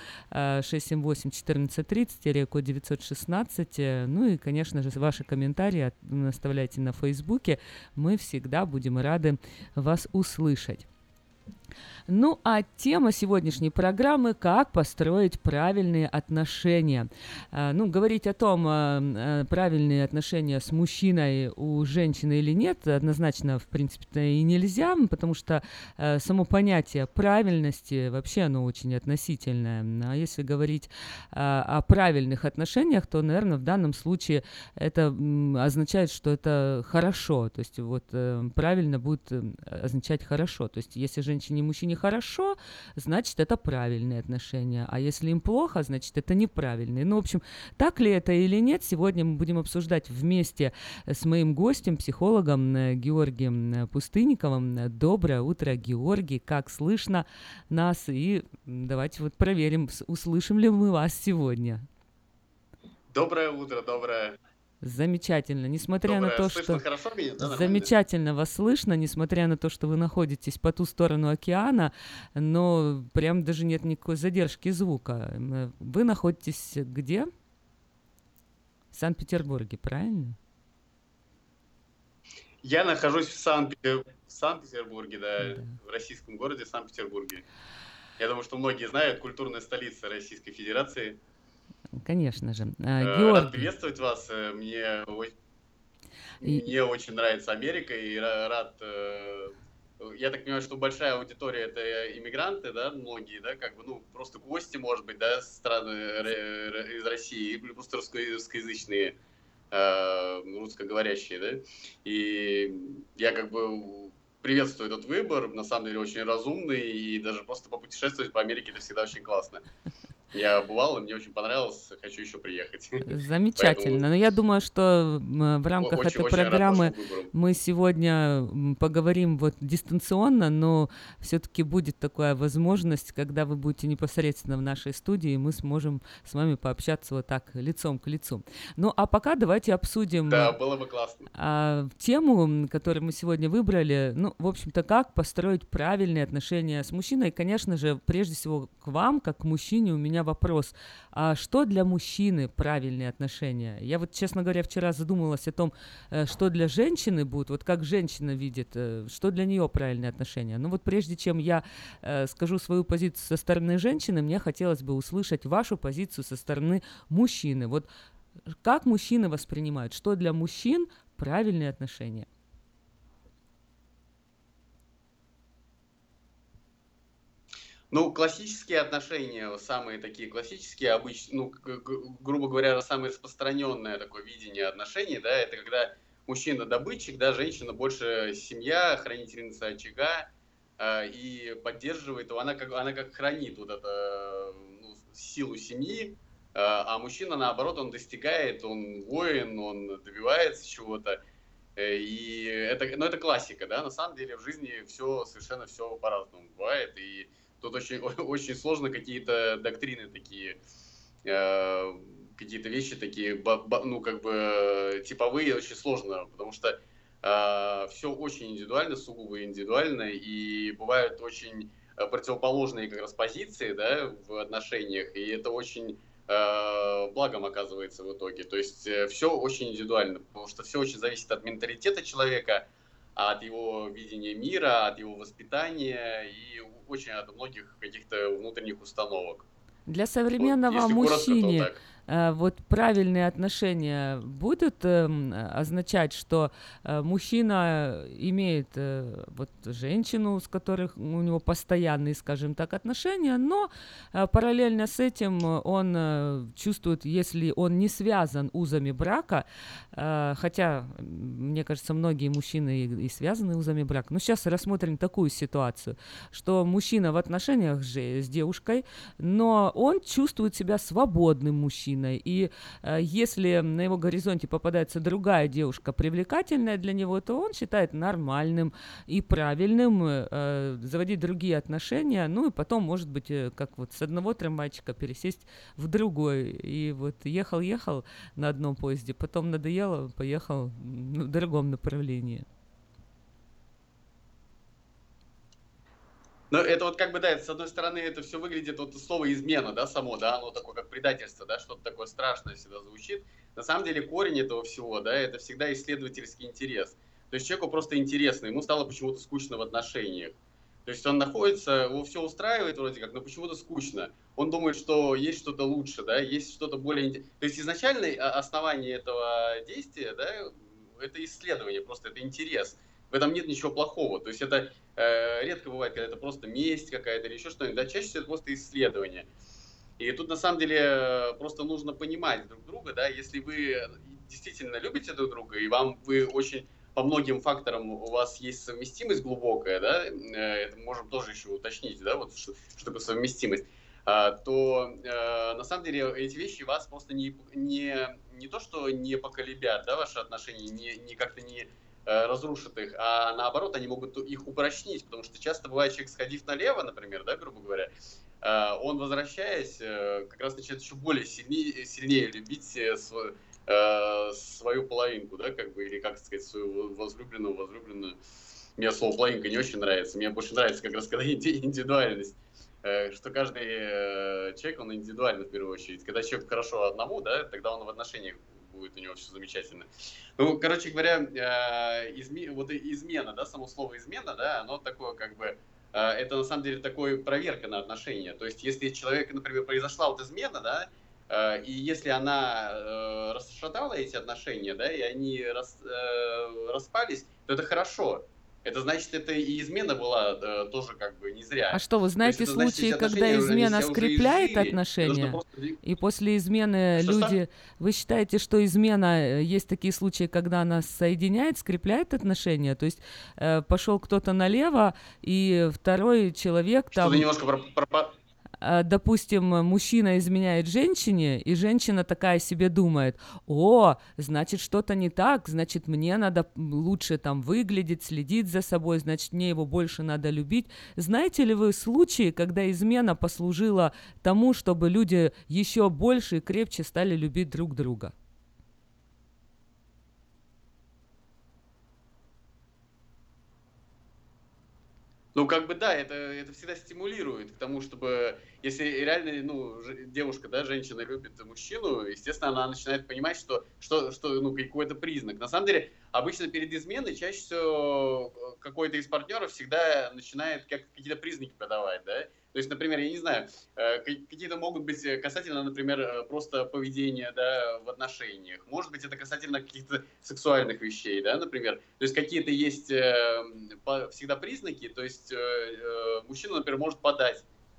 678-1430, код 916. Ну и, конечно же, ваши комментарии оставляйте на Фейсбуке. Мы всегда будем рады вас услышать. Ну, а тема сегодняшней программы – как построить правильные отношения. Ну, говорить о том, правильные отношения с мужчиной у женщины или нет, однозначно, в принципе-то, и нельзя, потому что само понятие правильности вообще оно очень относительное. А если говорить о правильных отношениях, то, наверное, в данном случае это означает, что это хорошо. То есть вот правильно будет означать хорошо. То есть если женщине и мужчине хорошо, значит, это правильные отношения. А если им плохо, значит, это неправильные. Ну, в общем, так ли это или нет, сегодня мы будем обсуждать вместе с моим гостем, психологом Георгием Пустынниковым. Доброе утро, Георгий. Как слышно нас? И давайте вот проверим, услышим ли мы вас сегодня. Доброе утро, доброе. Замечательно, несмотря на то, что замечательно вас слышно, несмотря на то, что вы находитесь по ту сторону океана, но прям даже нет никакой задержки звука. Вы находитесь где? В Санкт-Петербурге, правильно? Я нахожусь в Санкт-Петербурге, да, в российском городе Санкт-Петербурге. Я думаю, что многие знают, культурная столица Российской Федерации. Конечно же. Рад приветствовать вас. Мне очень нравится Америка, и рад... Я так понимаю, что большая аудитория — это иммигранты, да, многие, да, как бы, ну, просто гости, может быть, да, страны из России, и плюс русскоязычные, русскоговорящие, да. И я как бы приветствую этот выбор, на самом деле очень разумный, и даже просто попутешествовать по Америке — это всегда очень классно. Я бывал, и мне очень понравилось, хочу еще приехать. Замечательно. Поэтому... Но я думаю, что в рамках этой программы мы сегодня поговорим вот дистанционно, но все-таки будет такая возможность, когда вы будете непосредственно в нашей студии, и мы сможем с вами пообщаться вот так, лицом к лицу. Ну, а пока давайте обсудим... Да, было бы классно. Тему, которую мы сегодня выбрали, ну, в общем-то, как построить правильные отношения с мужчиной. И, конечно же, прежде всего к вам, как к мужчине, у меня вопрос, а что для мужчины правильные отношения? Я вот, честно говоря, вчера задумалась о том, что для женщины будет, вот как женщина видит, что для нее правильные отношения. Ну вот прежде чем я скажу свою позицию со стороны женщины, мне хотелось бы услышать вашу позицию со стороны мужчины. Вот как мужчины воспринимают, что для мужчин правильные отношения? Ну, классические отношения, самые такие классические, обычно, ну, грубо говоря, самое распространенное такое видение отношений, да, это когда мужчина добытчик, да, женщина больше семья, хранительница очага, и поддерживает его, она как хранит вот это, ну, силу семьи, а мужчина, наоборот, он достигает, он воин, он добивается чего-то, и это классика, да, на самом деле в жизни совершенно все по-разному бывает, и тут очень, очень сложно какие-то доктрины такие, какие-то вещи такие, ну, как бы типовые, очень сложно, потому что все очень индивидуально, сугубо индивидуально, и бывают очень противоположные как раз позиции, да, в отношениях, и это очень благом оказывается в итоге. То есть все очень индивидуально, потому что все очень зависит от менталитета человека, от его видения мира, от его воспитания и очень от многих каких-то внутренних установок. Для современного мужчины, вот правильные отношения будут означать, что мужчина имеет вот женщину, с которых у него постоянные, скажем так, отношения, но параллельно с этим он чувствует, если он не связан узами брака, хотя, мне кажется, многие мужчины и связаны узами брака, но сейчас рассмотрим такую ситуацию, что мужчина в отношениях с девушкой, но он чувствует себя свободным мужчиной, и если на его горизонте попадается другая девушка, привлекательная для него, то он считает нормальным и правильным заводить другие отношения, ну и потом, может быть, как вот с одного трамвайчика пересесть в другой, и вот ехал на одном поезде, потом надоело, поехал в другом направлении. Но это вот как бы, да, это, с одной стороны, это все выглядит, вот слово измена, да, само, да, оно такое, как предательство, да, что-то такое страшное всегда звучит. На самом деле корень этого всего, да, это всегда исследовательский интерес. То есть человеку просто интересно, ему стало почему-то скучно в отношениях. То есть он находится, его все устраивает вроде как, но почему-то скучно. Он думает, что есть что-то лучше, да, есть что-то более интересное. То есть изначальное основание этого действия, да, это исследование, просто это интерес. В этом нет ничего плохого. То есть это редко бывает, когда это просто месть какая-то или еще что-нибудь. Да, чаще всего это просто исследование. И тут на самом деле просто нужно понимать друг друга, да, если вы действительно любите друг друга, и вы очень по многим факторам у вас есть совместимость глубокая, да, это можем тоже еще уточнить, да, вот что такое совместимость, то на самом деле эти вещи вас просто не то, что не поколебят, да, ваши отношения, не как-то не разрушат их, а наоборот, они могут их упрочнить, потому что часто бывает человек, сходив налево, например, да, грубо говоря, он, возвращаясь, как раз начинает еще более сильнее любить свою половинку, да, как бы, или, как сказать, свою возлюбленную. Мне слово половинка не очень нравится, мне больше нравится как раз, когда индивидуальность, что каждый человек, он индивидуальный в первую очередь. Когда человек хорошо одному, да, тогда он в отношениях будет у него все замечательно. Ну, короче говоря, вот измена, да, само слово измена, да, оно такое как бы, это на самом деле такое проверка на отношения. То есть, если человек, например, произошла вот измена, да, и если она расшатала эти отношения, да, и они распались, то это хорошо. Это значит, это и измена была тоже как бы не зря. А что, вы знаете случаи, когда измена скрепляет отношения? И после измены люди... Вы считаете, что измена... Есть такие случаи, когда она соединяет, скрепляет отношения? То есть пошел кто-то налево, и второй человек там... Что-то немножко допустим, мужчина изменяет женщине, и женщина такая себе думает: о, значит, что-то не так, значит, мне надо лучше там выглядеть, следить за собой, значит, мне его больше надо любить. Знаете ли вы случаи, когда измена послужила тому, чтобы люди еще больше и крепче стали любить друг друга? Ну, как бы да, это всегда стимулирует к тому, чтобы, если реально, ну, девушка, да, женщина любит мужчину, естественно, она начинает понимать, что ну, какой-то признак. На самом деле, обычно перед изменой чаще всего какой-то из партнеров всегда начинает какие-то признаки подавать, да. То есть, например, я не знаю, какие-то могут быть касательно, например, просто поведения, да, в отношениях. Может быть, это касательно каких-то сексуальных вещей, да, например. То есть, какие-то есть всегда признаки. То есть, мужчина, например, может подать,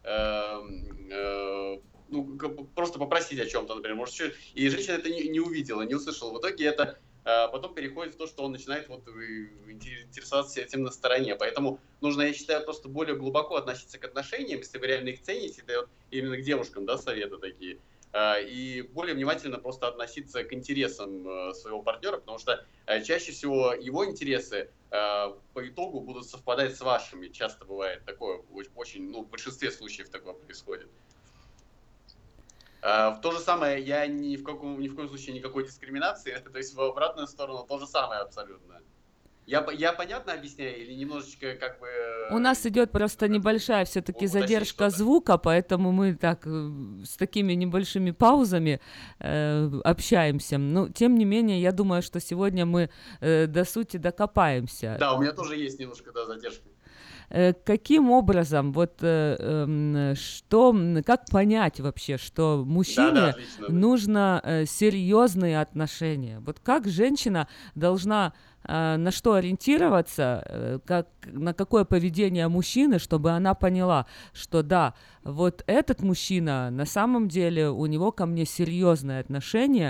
ну, просто попросить о чем-то, например. Может, и женщина это не увидела, не услышала. В итоге это потом переходит в то, что он начинает вот интересоваться этим на стороне. Поэтому нужно, я считаю, просто более глубоко относиться к отношениям, если вы реально их цените, это вот именно к девушкам, да, советы такие, и более внимательно просто относиться к интересам своего партнера, потому что чаще всего его интересы по итогу будут совпадать с вашими. Часто бывает такое, очень, ну, в большинстве случаев такое происходит. То же самое, я ни в коем случае никакой дискриминации, то есть в обратную сторону то же самое абсолютно. Я понятно объясняю или немножечко как бы... У нас идет просто небольшая все-таки задержка звука, поэтому мы так с такими небольшими паузами общаемся. Но тем не менее, я думаю, что сегодня мы до сути докопаемся. Да, у меня тоже есть немножко, да, задержка. каким образом, вот как понять вообще, что мужчине нужно серьезные отношения? Вот как женщина должна на что ориентироваться, на какое поведение мужчины, чтобы она поняла, что да, вот этот мужчина, на самом деле у него ко мне серьезные отношения,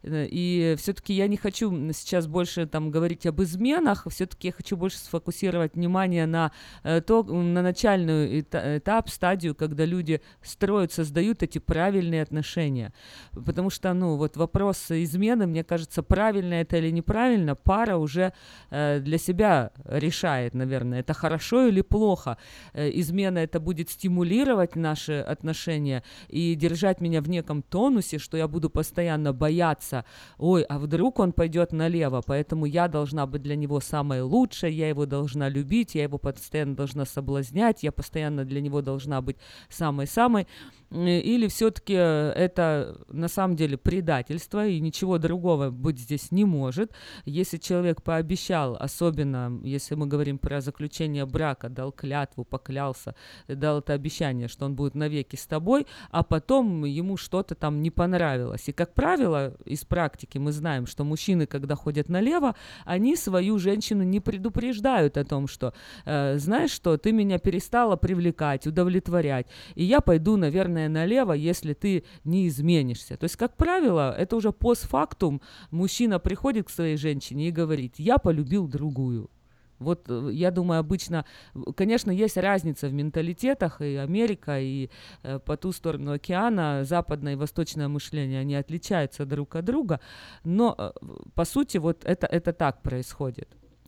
и все-таки я не хочу сейчас больше там говорить об изменах, все-таки я хочу больше сфокусировать внимание на на начальную этап, стадию, когда люди строят, создают эти правильные отношения, потому что, вот вопрос измены, мне кажется, правильно это или неправильно, пара уже для себя решает, наверное, это хорошо или плохо. Измена это будет стимулировать наши отношения и держать меня в неком тонусе, что я буду постоянно бояться, а вдруг он пойдет налево, поэтому я должна быть для него самой лучшей, я его должна любить, я его постоянно должна соблазнять, я постоянно для него должна быть самой-самой. Или все-таки это на самом деле предательство, и ничего другого быть здесь не может. Если человек пообещал, особенно если мы говорим про заключение брака, дал клятву, поклялся, дал это обещание, что он будет навеки с тобой, а потом ему что-то там не понравилось. И, как правило, из практики мы знаем, что мужчины, когда ходят налево, они свою женщину не предупреждают о том, что, знаешь что, ты меня перестала привлекать, удовлетворять, и я пойду, наверное, налево, если ты не изменишься. То есть, как правило, это уже постфактум. Мужчина приходит к своей женщине и говорит: я полюбил другую. Вот, я думаю, обычно, конечно, есть разница в менталитетах, и Америка, и по ту сторону океана, западное и восточное мышление, они отличаются друг от друга, но, по сути, вот это так происходит.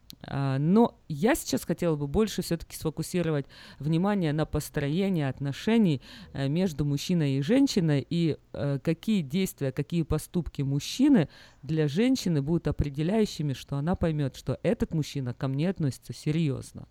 Но я сейчас хотела бы больше все-таки сфокусировать внимание на построении отношений между мужчиной и женщиной, и какие действия, какие поступки мужчины для женщины будут определяющими, что она поймет, что этот мужчина ко мне относится серьезно.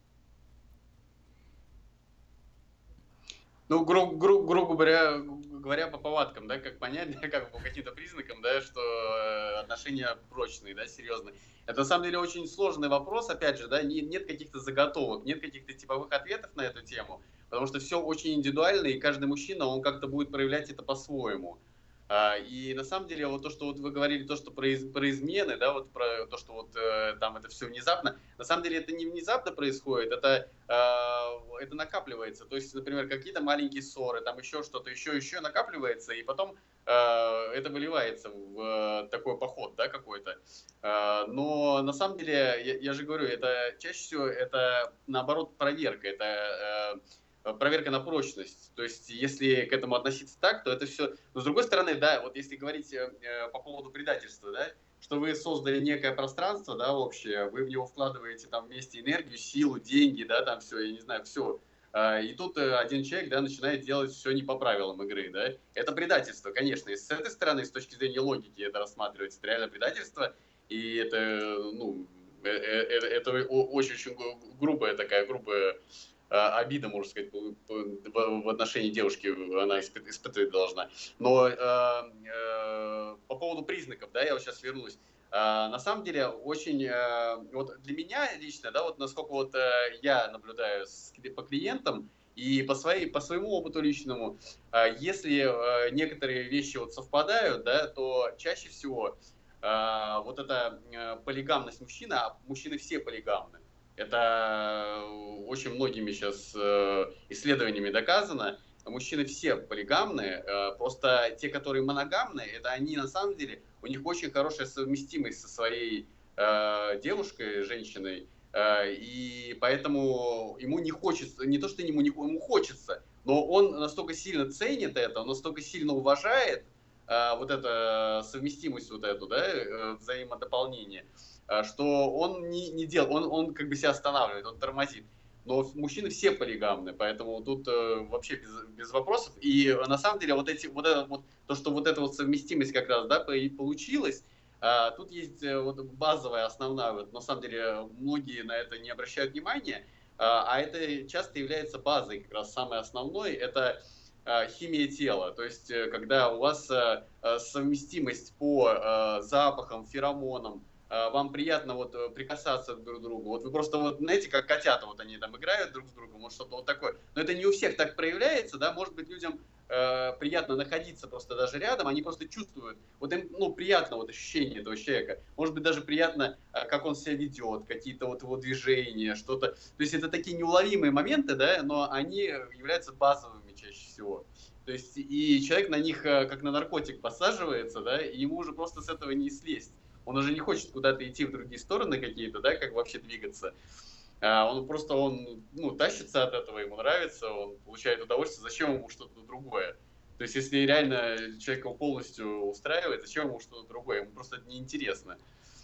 Грубо говоря, по повадкам, да, как понять, да, как по каким-то признакам, да, что отношения прочные, да, серьезные. Это на самом деле очень сложный вопрос, опять же, да, нет каких-то заготовок, нет каких-то типовых ответов на эту тему, потому что все очень индивидуально, и каждый мужчина, он как-то будет проявлять это по-своему. И на самом деле, вот то, что вот вы говорили, то, что про измены, да, вот про то, что вот там это все внезапно, на самом деле это не внезапно происходит, это накапливается. То есть, например, какие-то маленькие ссоры, там еще что-то, еще накапливается, и потом это выливается в такой поход, да, какой-то. Но на самом деле, я же говорю, это чаще всего это наоборот проверка, это проверка на прочность. То есть, если к этому относиться так, то это все... Но с другой стороны, да, вот если говорить по поводу предательства, да, что вы создали некое пространство, да, общее, вы в него вкладываете там вместе энергию, силу, деньги, да, там все, я не знаю, все. И тут один человек, да, начинает делать все не по правилам игры, да. Это предательство, конечно. И с этой стороны, с точки зрения логики, это рассматривается. Это реально предательство. И это, это очень-очень грубая обида, можно сказать, в отношении девушки она испытывать должна. Но по поводу признаков, да, я вот сейчас вернусь. На самом деле, очень, вот для меня лично, да, вот насколько вот я наблюдаю по клиентам и по своему опыту личному, если некоторые вещи вот совпадают, да, то чаще всего вот эта полигамность мужчины, а мужчины все полигамны. Это очень многими сейчас исследованиями доказано. Мужчины все полигамные, просто те, которые моногамные, это они на самом деле, у них очень хорошая совместимость со своей девушкой, женщиной, и поэтому ему не хочется, не то что ему хочется, но он настолько сильно ценит это, он настолько сильно уважает вот эту совместимость, вот эту, да, взаимодополнение, что он не делает, он как бы себя останавливает, он тормозит. Но мужчины все полигамны, поэтому тут вообще без вопросов. И на самом деле то, что вот эта вот совместимость как раз, да, получилась, тут есть вот базовая, основная, вот, на самом деле многие на это не обращают внимания, а это часто является базой, как раз самой основной, это химия тела. То есть когда у вас совместимость по запахам, феромонам, вам приятно вот прикасаться друг к другу. Вот вы просто вот, знаете, как котята, вот они там играют друг с другом, вот что-то вот такое. Но это не у всех так проявляется, да, может быть, людям приятно находиться просто даже рядом, они просто чувствуют, вот им, ну, приятно вот ощущение этого человека, может быть, даже приятно, как он себя ведет, какие-то вот его движения, что-то, то есть это такие неуловимые моменты, да, но они являются базовыми чаще всего. То есть и человек на них как на наркотик посаживается, да, и ему уже просто с этого не слезть. Он уже не хочет куда-то идти в другие стороны какие-то, да, как вообще двигаться. Он просто, тащится от этого, ему нравится, он получает удовольствие, зачем ему что-то другое? То есть, если реально человека полностью устраивает, зачем ему что-то другое? Ему просто это неинтересно.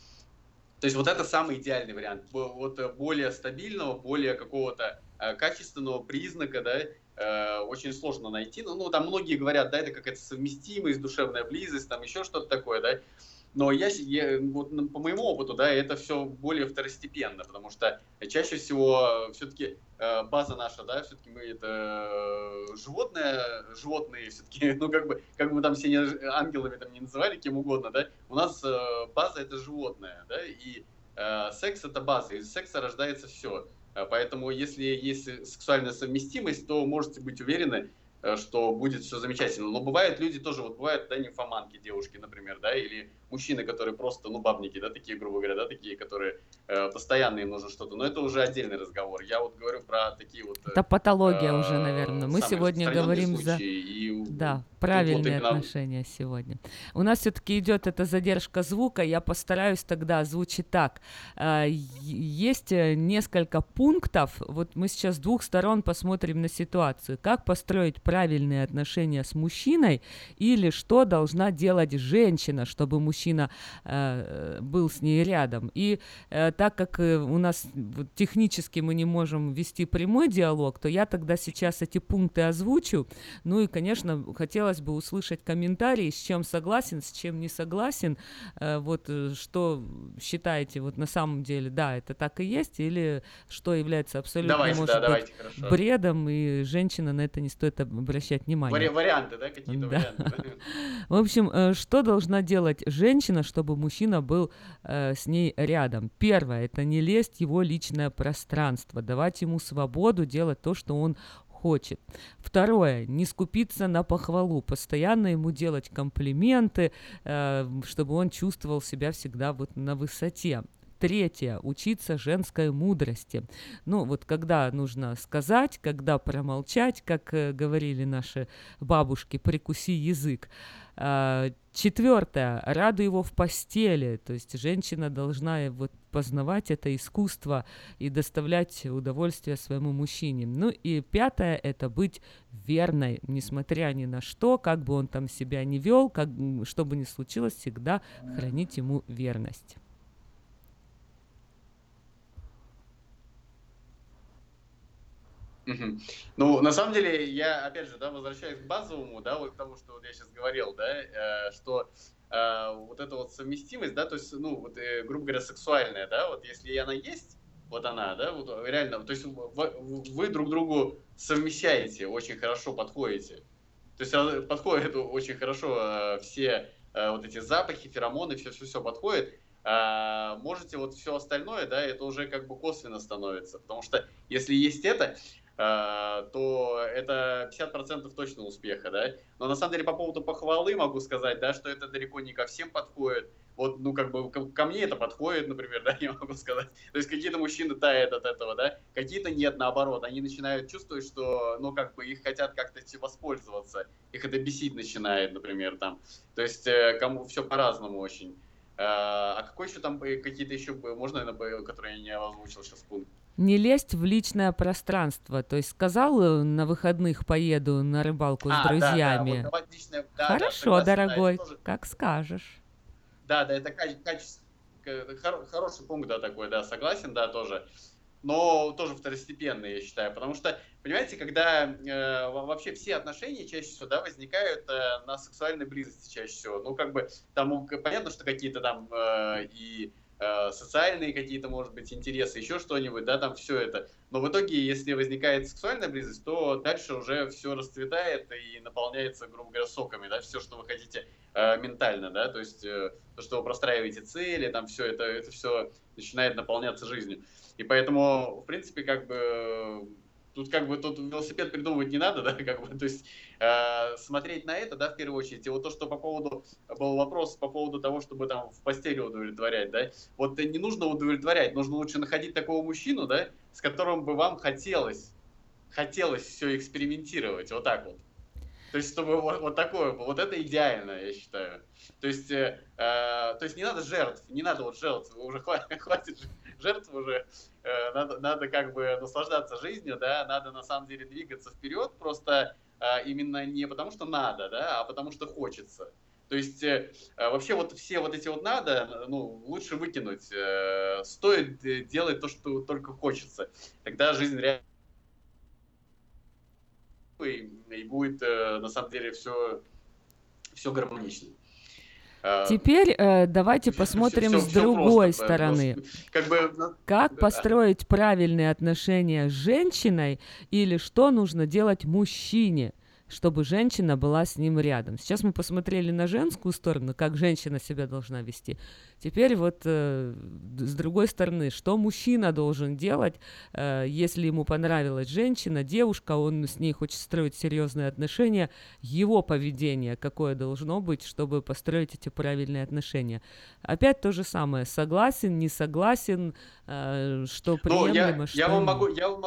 То есть, вот это самый идеальный вариант. Вот более стабильного, более какого-то качественного признака, да, очень сложно найти. Ну, там многие говорят, да, это какая-то совместимость, душевная близость, там еще что-то такое, да. Но вот, по моему опыту, да, это все более второстепенно, потому что чаще всего все-таки база наша, да, все-таки мы это животные все-таки, ну как бы там все ангелами там не называли, кем угодно, да, у нас база это животное, да, и секс это база, из секса рождается все. Поэтому если есть сексуальная совместимость, то можете быть уверены, что будет все замечательно. Но бывают люди тоже, вот бывают, да, нимфоманки, девушки, например, да, или мужчины, которые просто, бабники, да, такие, грубо говоря, да, такие, которые постоянно им нужно что-то. Но это уже отдельный разговор. Я вот говорю про такие вот... Это патология уже, наверное. Мы сегодня говорим за... Да, правильные вот отношения сегодня. У нас все-таки идет эта задержка звука. Я постараюсь тогда озвучить так. Есть несколько пунктов. Вот мы сейчас с двух сторон посмотрим на ситуацию. Как построить правильные отношения с мужчиной или что должна делать женщина, чтобы мужчина был с ней рядом. И так как у нас технически мы не можем вести прямой диалог, то я тогда сейчас эти пункты озвучу. Ну и, конечно, хотелось бы услышать комментарии, с чем согласен, с чем не согласен. Вот что считаете вот на самом деле, да, это так и есть, или что является абсолютно, бредом, и женщина на это не стоит обращать внимание. Варианты, да, какие-то варианты. В общем, что должна делать женщина, чтобы мужчина был с ней рядом? Первое, это не лезть в его личное пространство, давать ему свободу делать то, что он хочет. Второе, не скупиться на похвалу, постоянно ему делать комплименты, чтобы он чувствовал себя всегда вот на высоте. Третье, учиться женской мудрости. Ну, вот когда нужно сказать, когда промолчать, как говорили наши бабушки, прикуси язык. Четвертое, радуй его в постели, то есть женщина должна вот познавать это искусство и доставлять удовольствие своему мужчине. Ну и пятое, это быть верной, несмотря ни на что, как бы он там себя ни вел, что бы ни случилось, всегда хранить ему верность. Ну, на самом деле, я, опять же, да, возвращаюсь к базовому, да, вот к тому, что вот я сейчас говорил, да, что вот эта вот совместимость, да, то есть, грубо говоря, сексуальная, да, вот если она есть, вот она, да, вот реально, то есть вы друг другу совмещаете, очень хорошо подходите, то есть подходит очень хорошо все вот эти запахи, феромоны, все подходит. Можете вот все остальное, да, это уже как бы косвенно становится, потому что если есть это, то это 50% точно успеха, да. Но на самом деле по поводу похвалы могу сказать, да, что это далеко не ко всем подходит. Вот, как бы ко мне это подходит, например, да, я могу сказать. То есть какие-то мужчины тают от этого, да, какие-то нет, наоборот. Они начинают чувствовать, что, как бы их хотят как-то воспользоваться. Их это бесить начинает, например, там. То есть кому все по-разному очень. А какой еще там какие-то еще, можно, которые я не озвучил сейчас пункт? Не лезть в личное пространство. То есть сказал, на выходных поеду на рыбалку с друзьями. Да, вот, личное, хорошо, согласен, дорогой, да, тоже... как скажешь. Да, это хороший пункт, да, такой, да, согласен, да, тоже. Но тоже второстепенный, я считаю, потому что, понимаете, когда вообще все отношения чаще всего, да, возникают на сексуальной близости чаще всего, как бы, там, понятно, что какие-то там и социальные какие-то, может быть, интересы, еще что-нибудь, да, там все это. Но в итоге, если возникает сексуальная близость, то дальше уже все расцветает и наполняется, грубо говоря, соками, да, все, что вы хотите ментально, да, то есть то, что вы простраиваете цели, там все это все начинает наполняться жизнью. И поэтому, в принципе, как бы тут велосипед придумывать не надо, да, как бы, то есть смотреть на это, да, в первую очередь. И вот то, что был вопрос по поводу того, чтобы там в постели удовлетворять, да, вот не нужно удовлетворять, нужно лучше находить такого мужчину, да, с которым бы вам хотелось все экспериментировать, вот так вот. То есть, чтобы вот такое было, вот это идеально, я считаю. То есть не надо жертв, уже хватит жертв уже, надо как бы наслаждаться жизнью, да, надо на самом деле двигаться вперед, просто именно не потому, что надо, да, а потому, что хочется. То есть вообще вот все вот эти вот надо, ну, лучше выкинуть, стоит делать то, что только хочется, тогда жизнь реально и будет на самом деле все гармонично. Теперь давайте посмотрим с другой стороны. Как построить правильные отношения с женщиной или что нужно делать мужчине, чтобы женщина была с ним рядом. Сейчас мы посмотрели на женскую сторону, как женщина себя должна вести. Теперь вот с другой стороны, что мужчина должен делать, если ему понравилась женщина, девушка, он с ней хочет строить серьезные отношения, его поведение какое должно быть, чтобы построить эти правильные отношения. Опять то же самое, согласен, не согласен, что приемлемо, что... Я вам могу...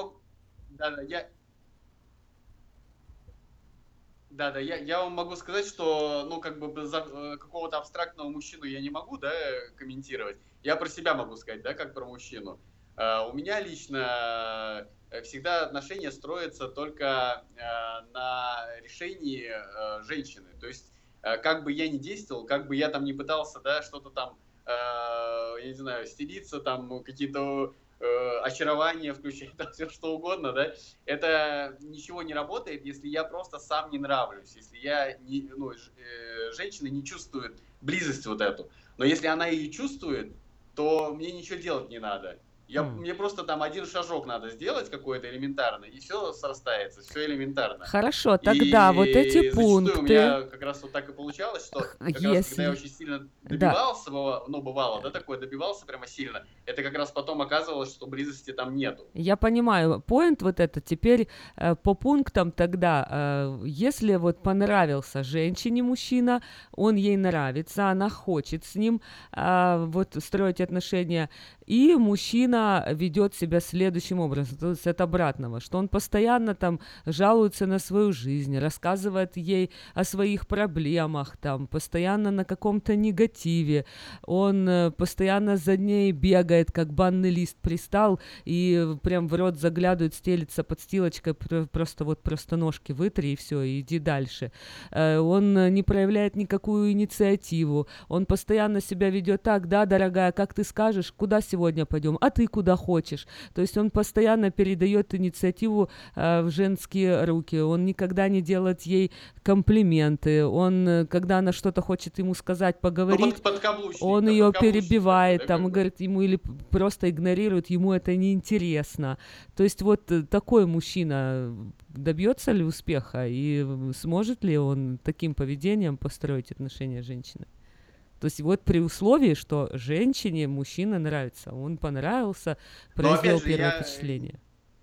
Я вам могу сказать, что, ну, как бы за какого-то абстрактного мужчину я не могу, да, комментировать. Я про себя могу сказать, да, как про мужчину. У меня лично всегда отношения строятся только на решении женщины. То есть, как бы я ни действовал, как бы я там не пытался, да, что-то там, я не знаю, стелиться, там, какие-то... очарование включать, там все что угодно, да, это ничего не работает, если я просто сам не нравлюсь, если я женщина не чувствует близость вот эту, но если она ее чувствует, то мне ничего делать не надо. Мне просто там один шажок надо сделать какой-то элементарный, и все срастается, все элементарно. Хорошо, тогда вот эти пункты... у меня как раз вот так и получалось, что как раз, когда я очень сильно добивался, бывало, да, такое, добивался прямо сильно, это как раз потом оказывалось, что близости там нету. Я понимаю, поинт вот это. Теперь по пунктам тогда, если вот понравился женщине мужчина, он ей нравится, она хочет с ним вот строить отношения, и мужчина ведет себя следующим образом, то есть от обратного, что он постоянно там жалуется на свою жизнь, рассказывает ей о своих проблемах, там, постоянно на каком-то негативе, он постоянно за ней бегает, как банный лист пристал, и прям в рот заглядывает, стелится подстилочкой, просто ножки вытри, и все, и иди дальше. Он не проявляет никакую инициативу, он постоянно себя ведет так: да, дорогая, как ты скажешь, куда сегодня пойдем, а ты куда хочешь. То есть он постоянно передает инициативу в женские руки, он никогда не делает ей комплименты, он, когда она что-то хочет ему сказать, поговорить, он ее перебивает, там, говорит ему, или просто игнорирует, ему это неинтересно. То есть вот такой мужчина добьется ли успеха и сможет ли он таким поведением построить отношения с женщиной? То есть вот при условии, что женщине мужчина нравится, он понравился, произвел первое впечатление.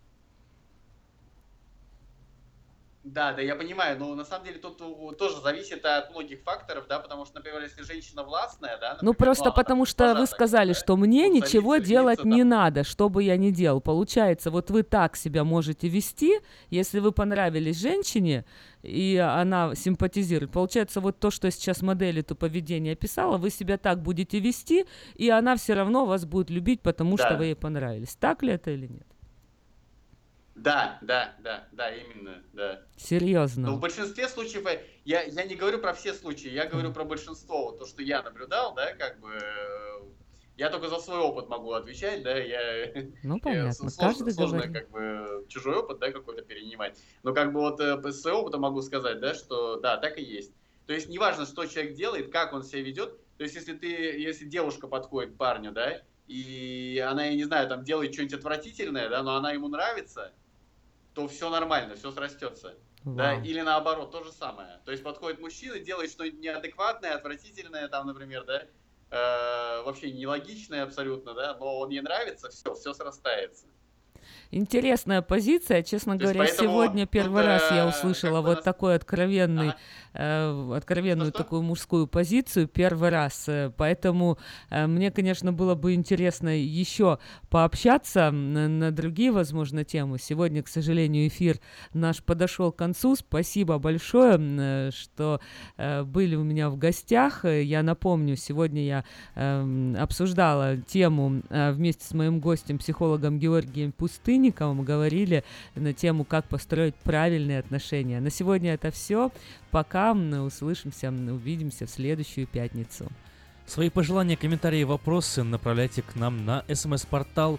Да, я понимаю, но на самом деле тут тоже зависит от многих факторов, да, потому что, например, если женщина властная, да, например, ну просто потому что вы сказали, что мне ничего делать не надо, что бы я ни делал. Получается, вот вы так себя можете вести, если вы понравились женщине, и она симпатизирует. Получается, вот то, что я сейчас модель эту поведение описала, вы себя так будете вести, и она все равно вас будет любить, потому что вы ей понравились. Так ли это или нет? Да, именно, да. Серьезно? Но в большинстве случаев, я не говорю про все случаи, я говорю про большинство, вот то, что я наблюдал, да, как бы, я только за свой опыт могу отвечать, да, ну, понятно, сложно как бы чужой опыт, да, какой-то перенимать, но как бы вот по своему опыту могу сказать, да, что да, так и есть. То есть неважно, что человек делает, как он себя ведет, то То есть, если девушка подходит к парню, да, и она, я не знаю, там делает что-нибудь отвратительное, да, но она ему нравится, то все нормально, все срастется. Да, или наоборот, то же самое. То есть подходит мужчина, делает что-нибудь неадекватное, отвратительное, там, например, да, вообще нелогичное абсолютно, да, но он ей нравится, все срастается. Интересная позиция, честно говоря, сегодня первый раз я услышала вот такой откровенную такую мужскую позицию первый раз, поэтому мне, конечно, было бы интересно еще пообщаться на другие, возможно, темы. Сегодня, к сожалению, эфир наш подошел к концу. Спасибо большое, что были у меня в гостях. Я напомню, сегодня я обсуждала тему вместе с моим гостем, психологом Георгием Пустынниковым, говорили на тему, как построить правильные отношения. На сегодня это все. Пока, услышимся, увидимся в следующую пятницу. Свои пожелания, комментарии и вопросы направляйте к нам на СМС-портал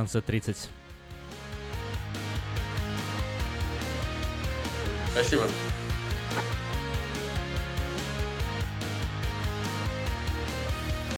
916-678-1430. Спасибо.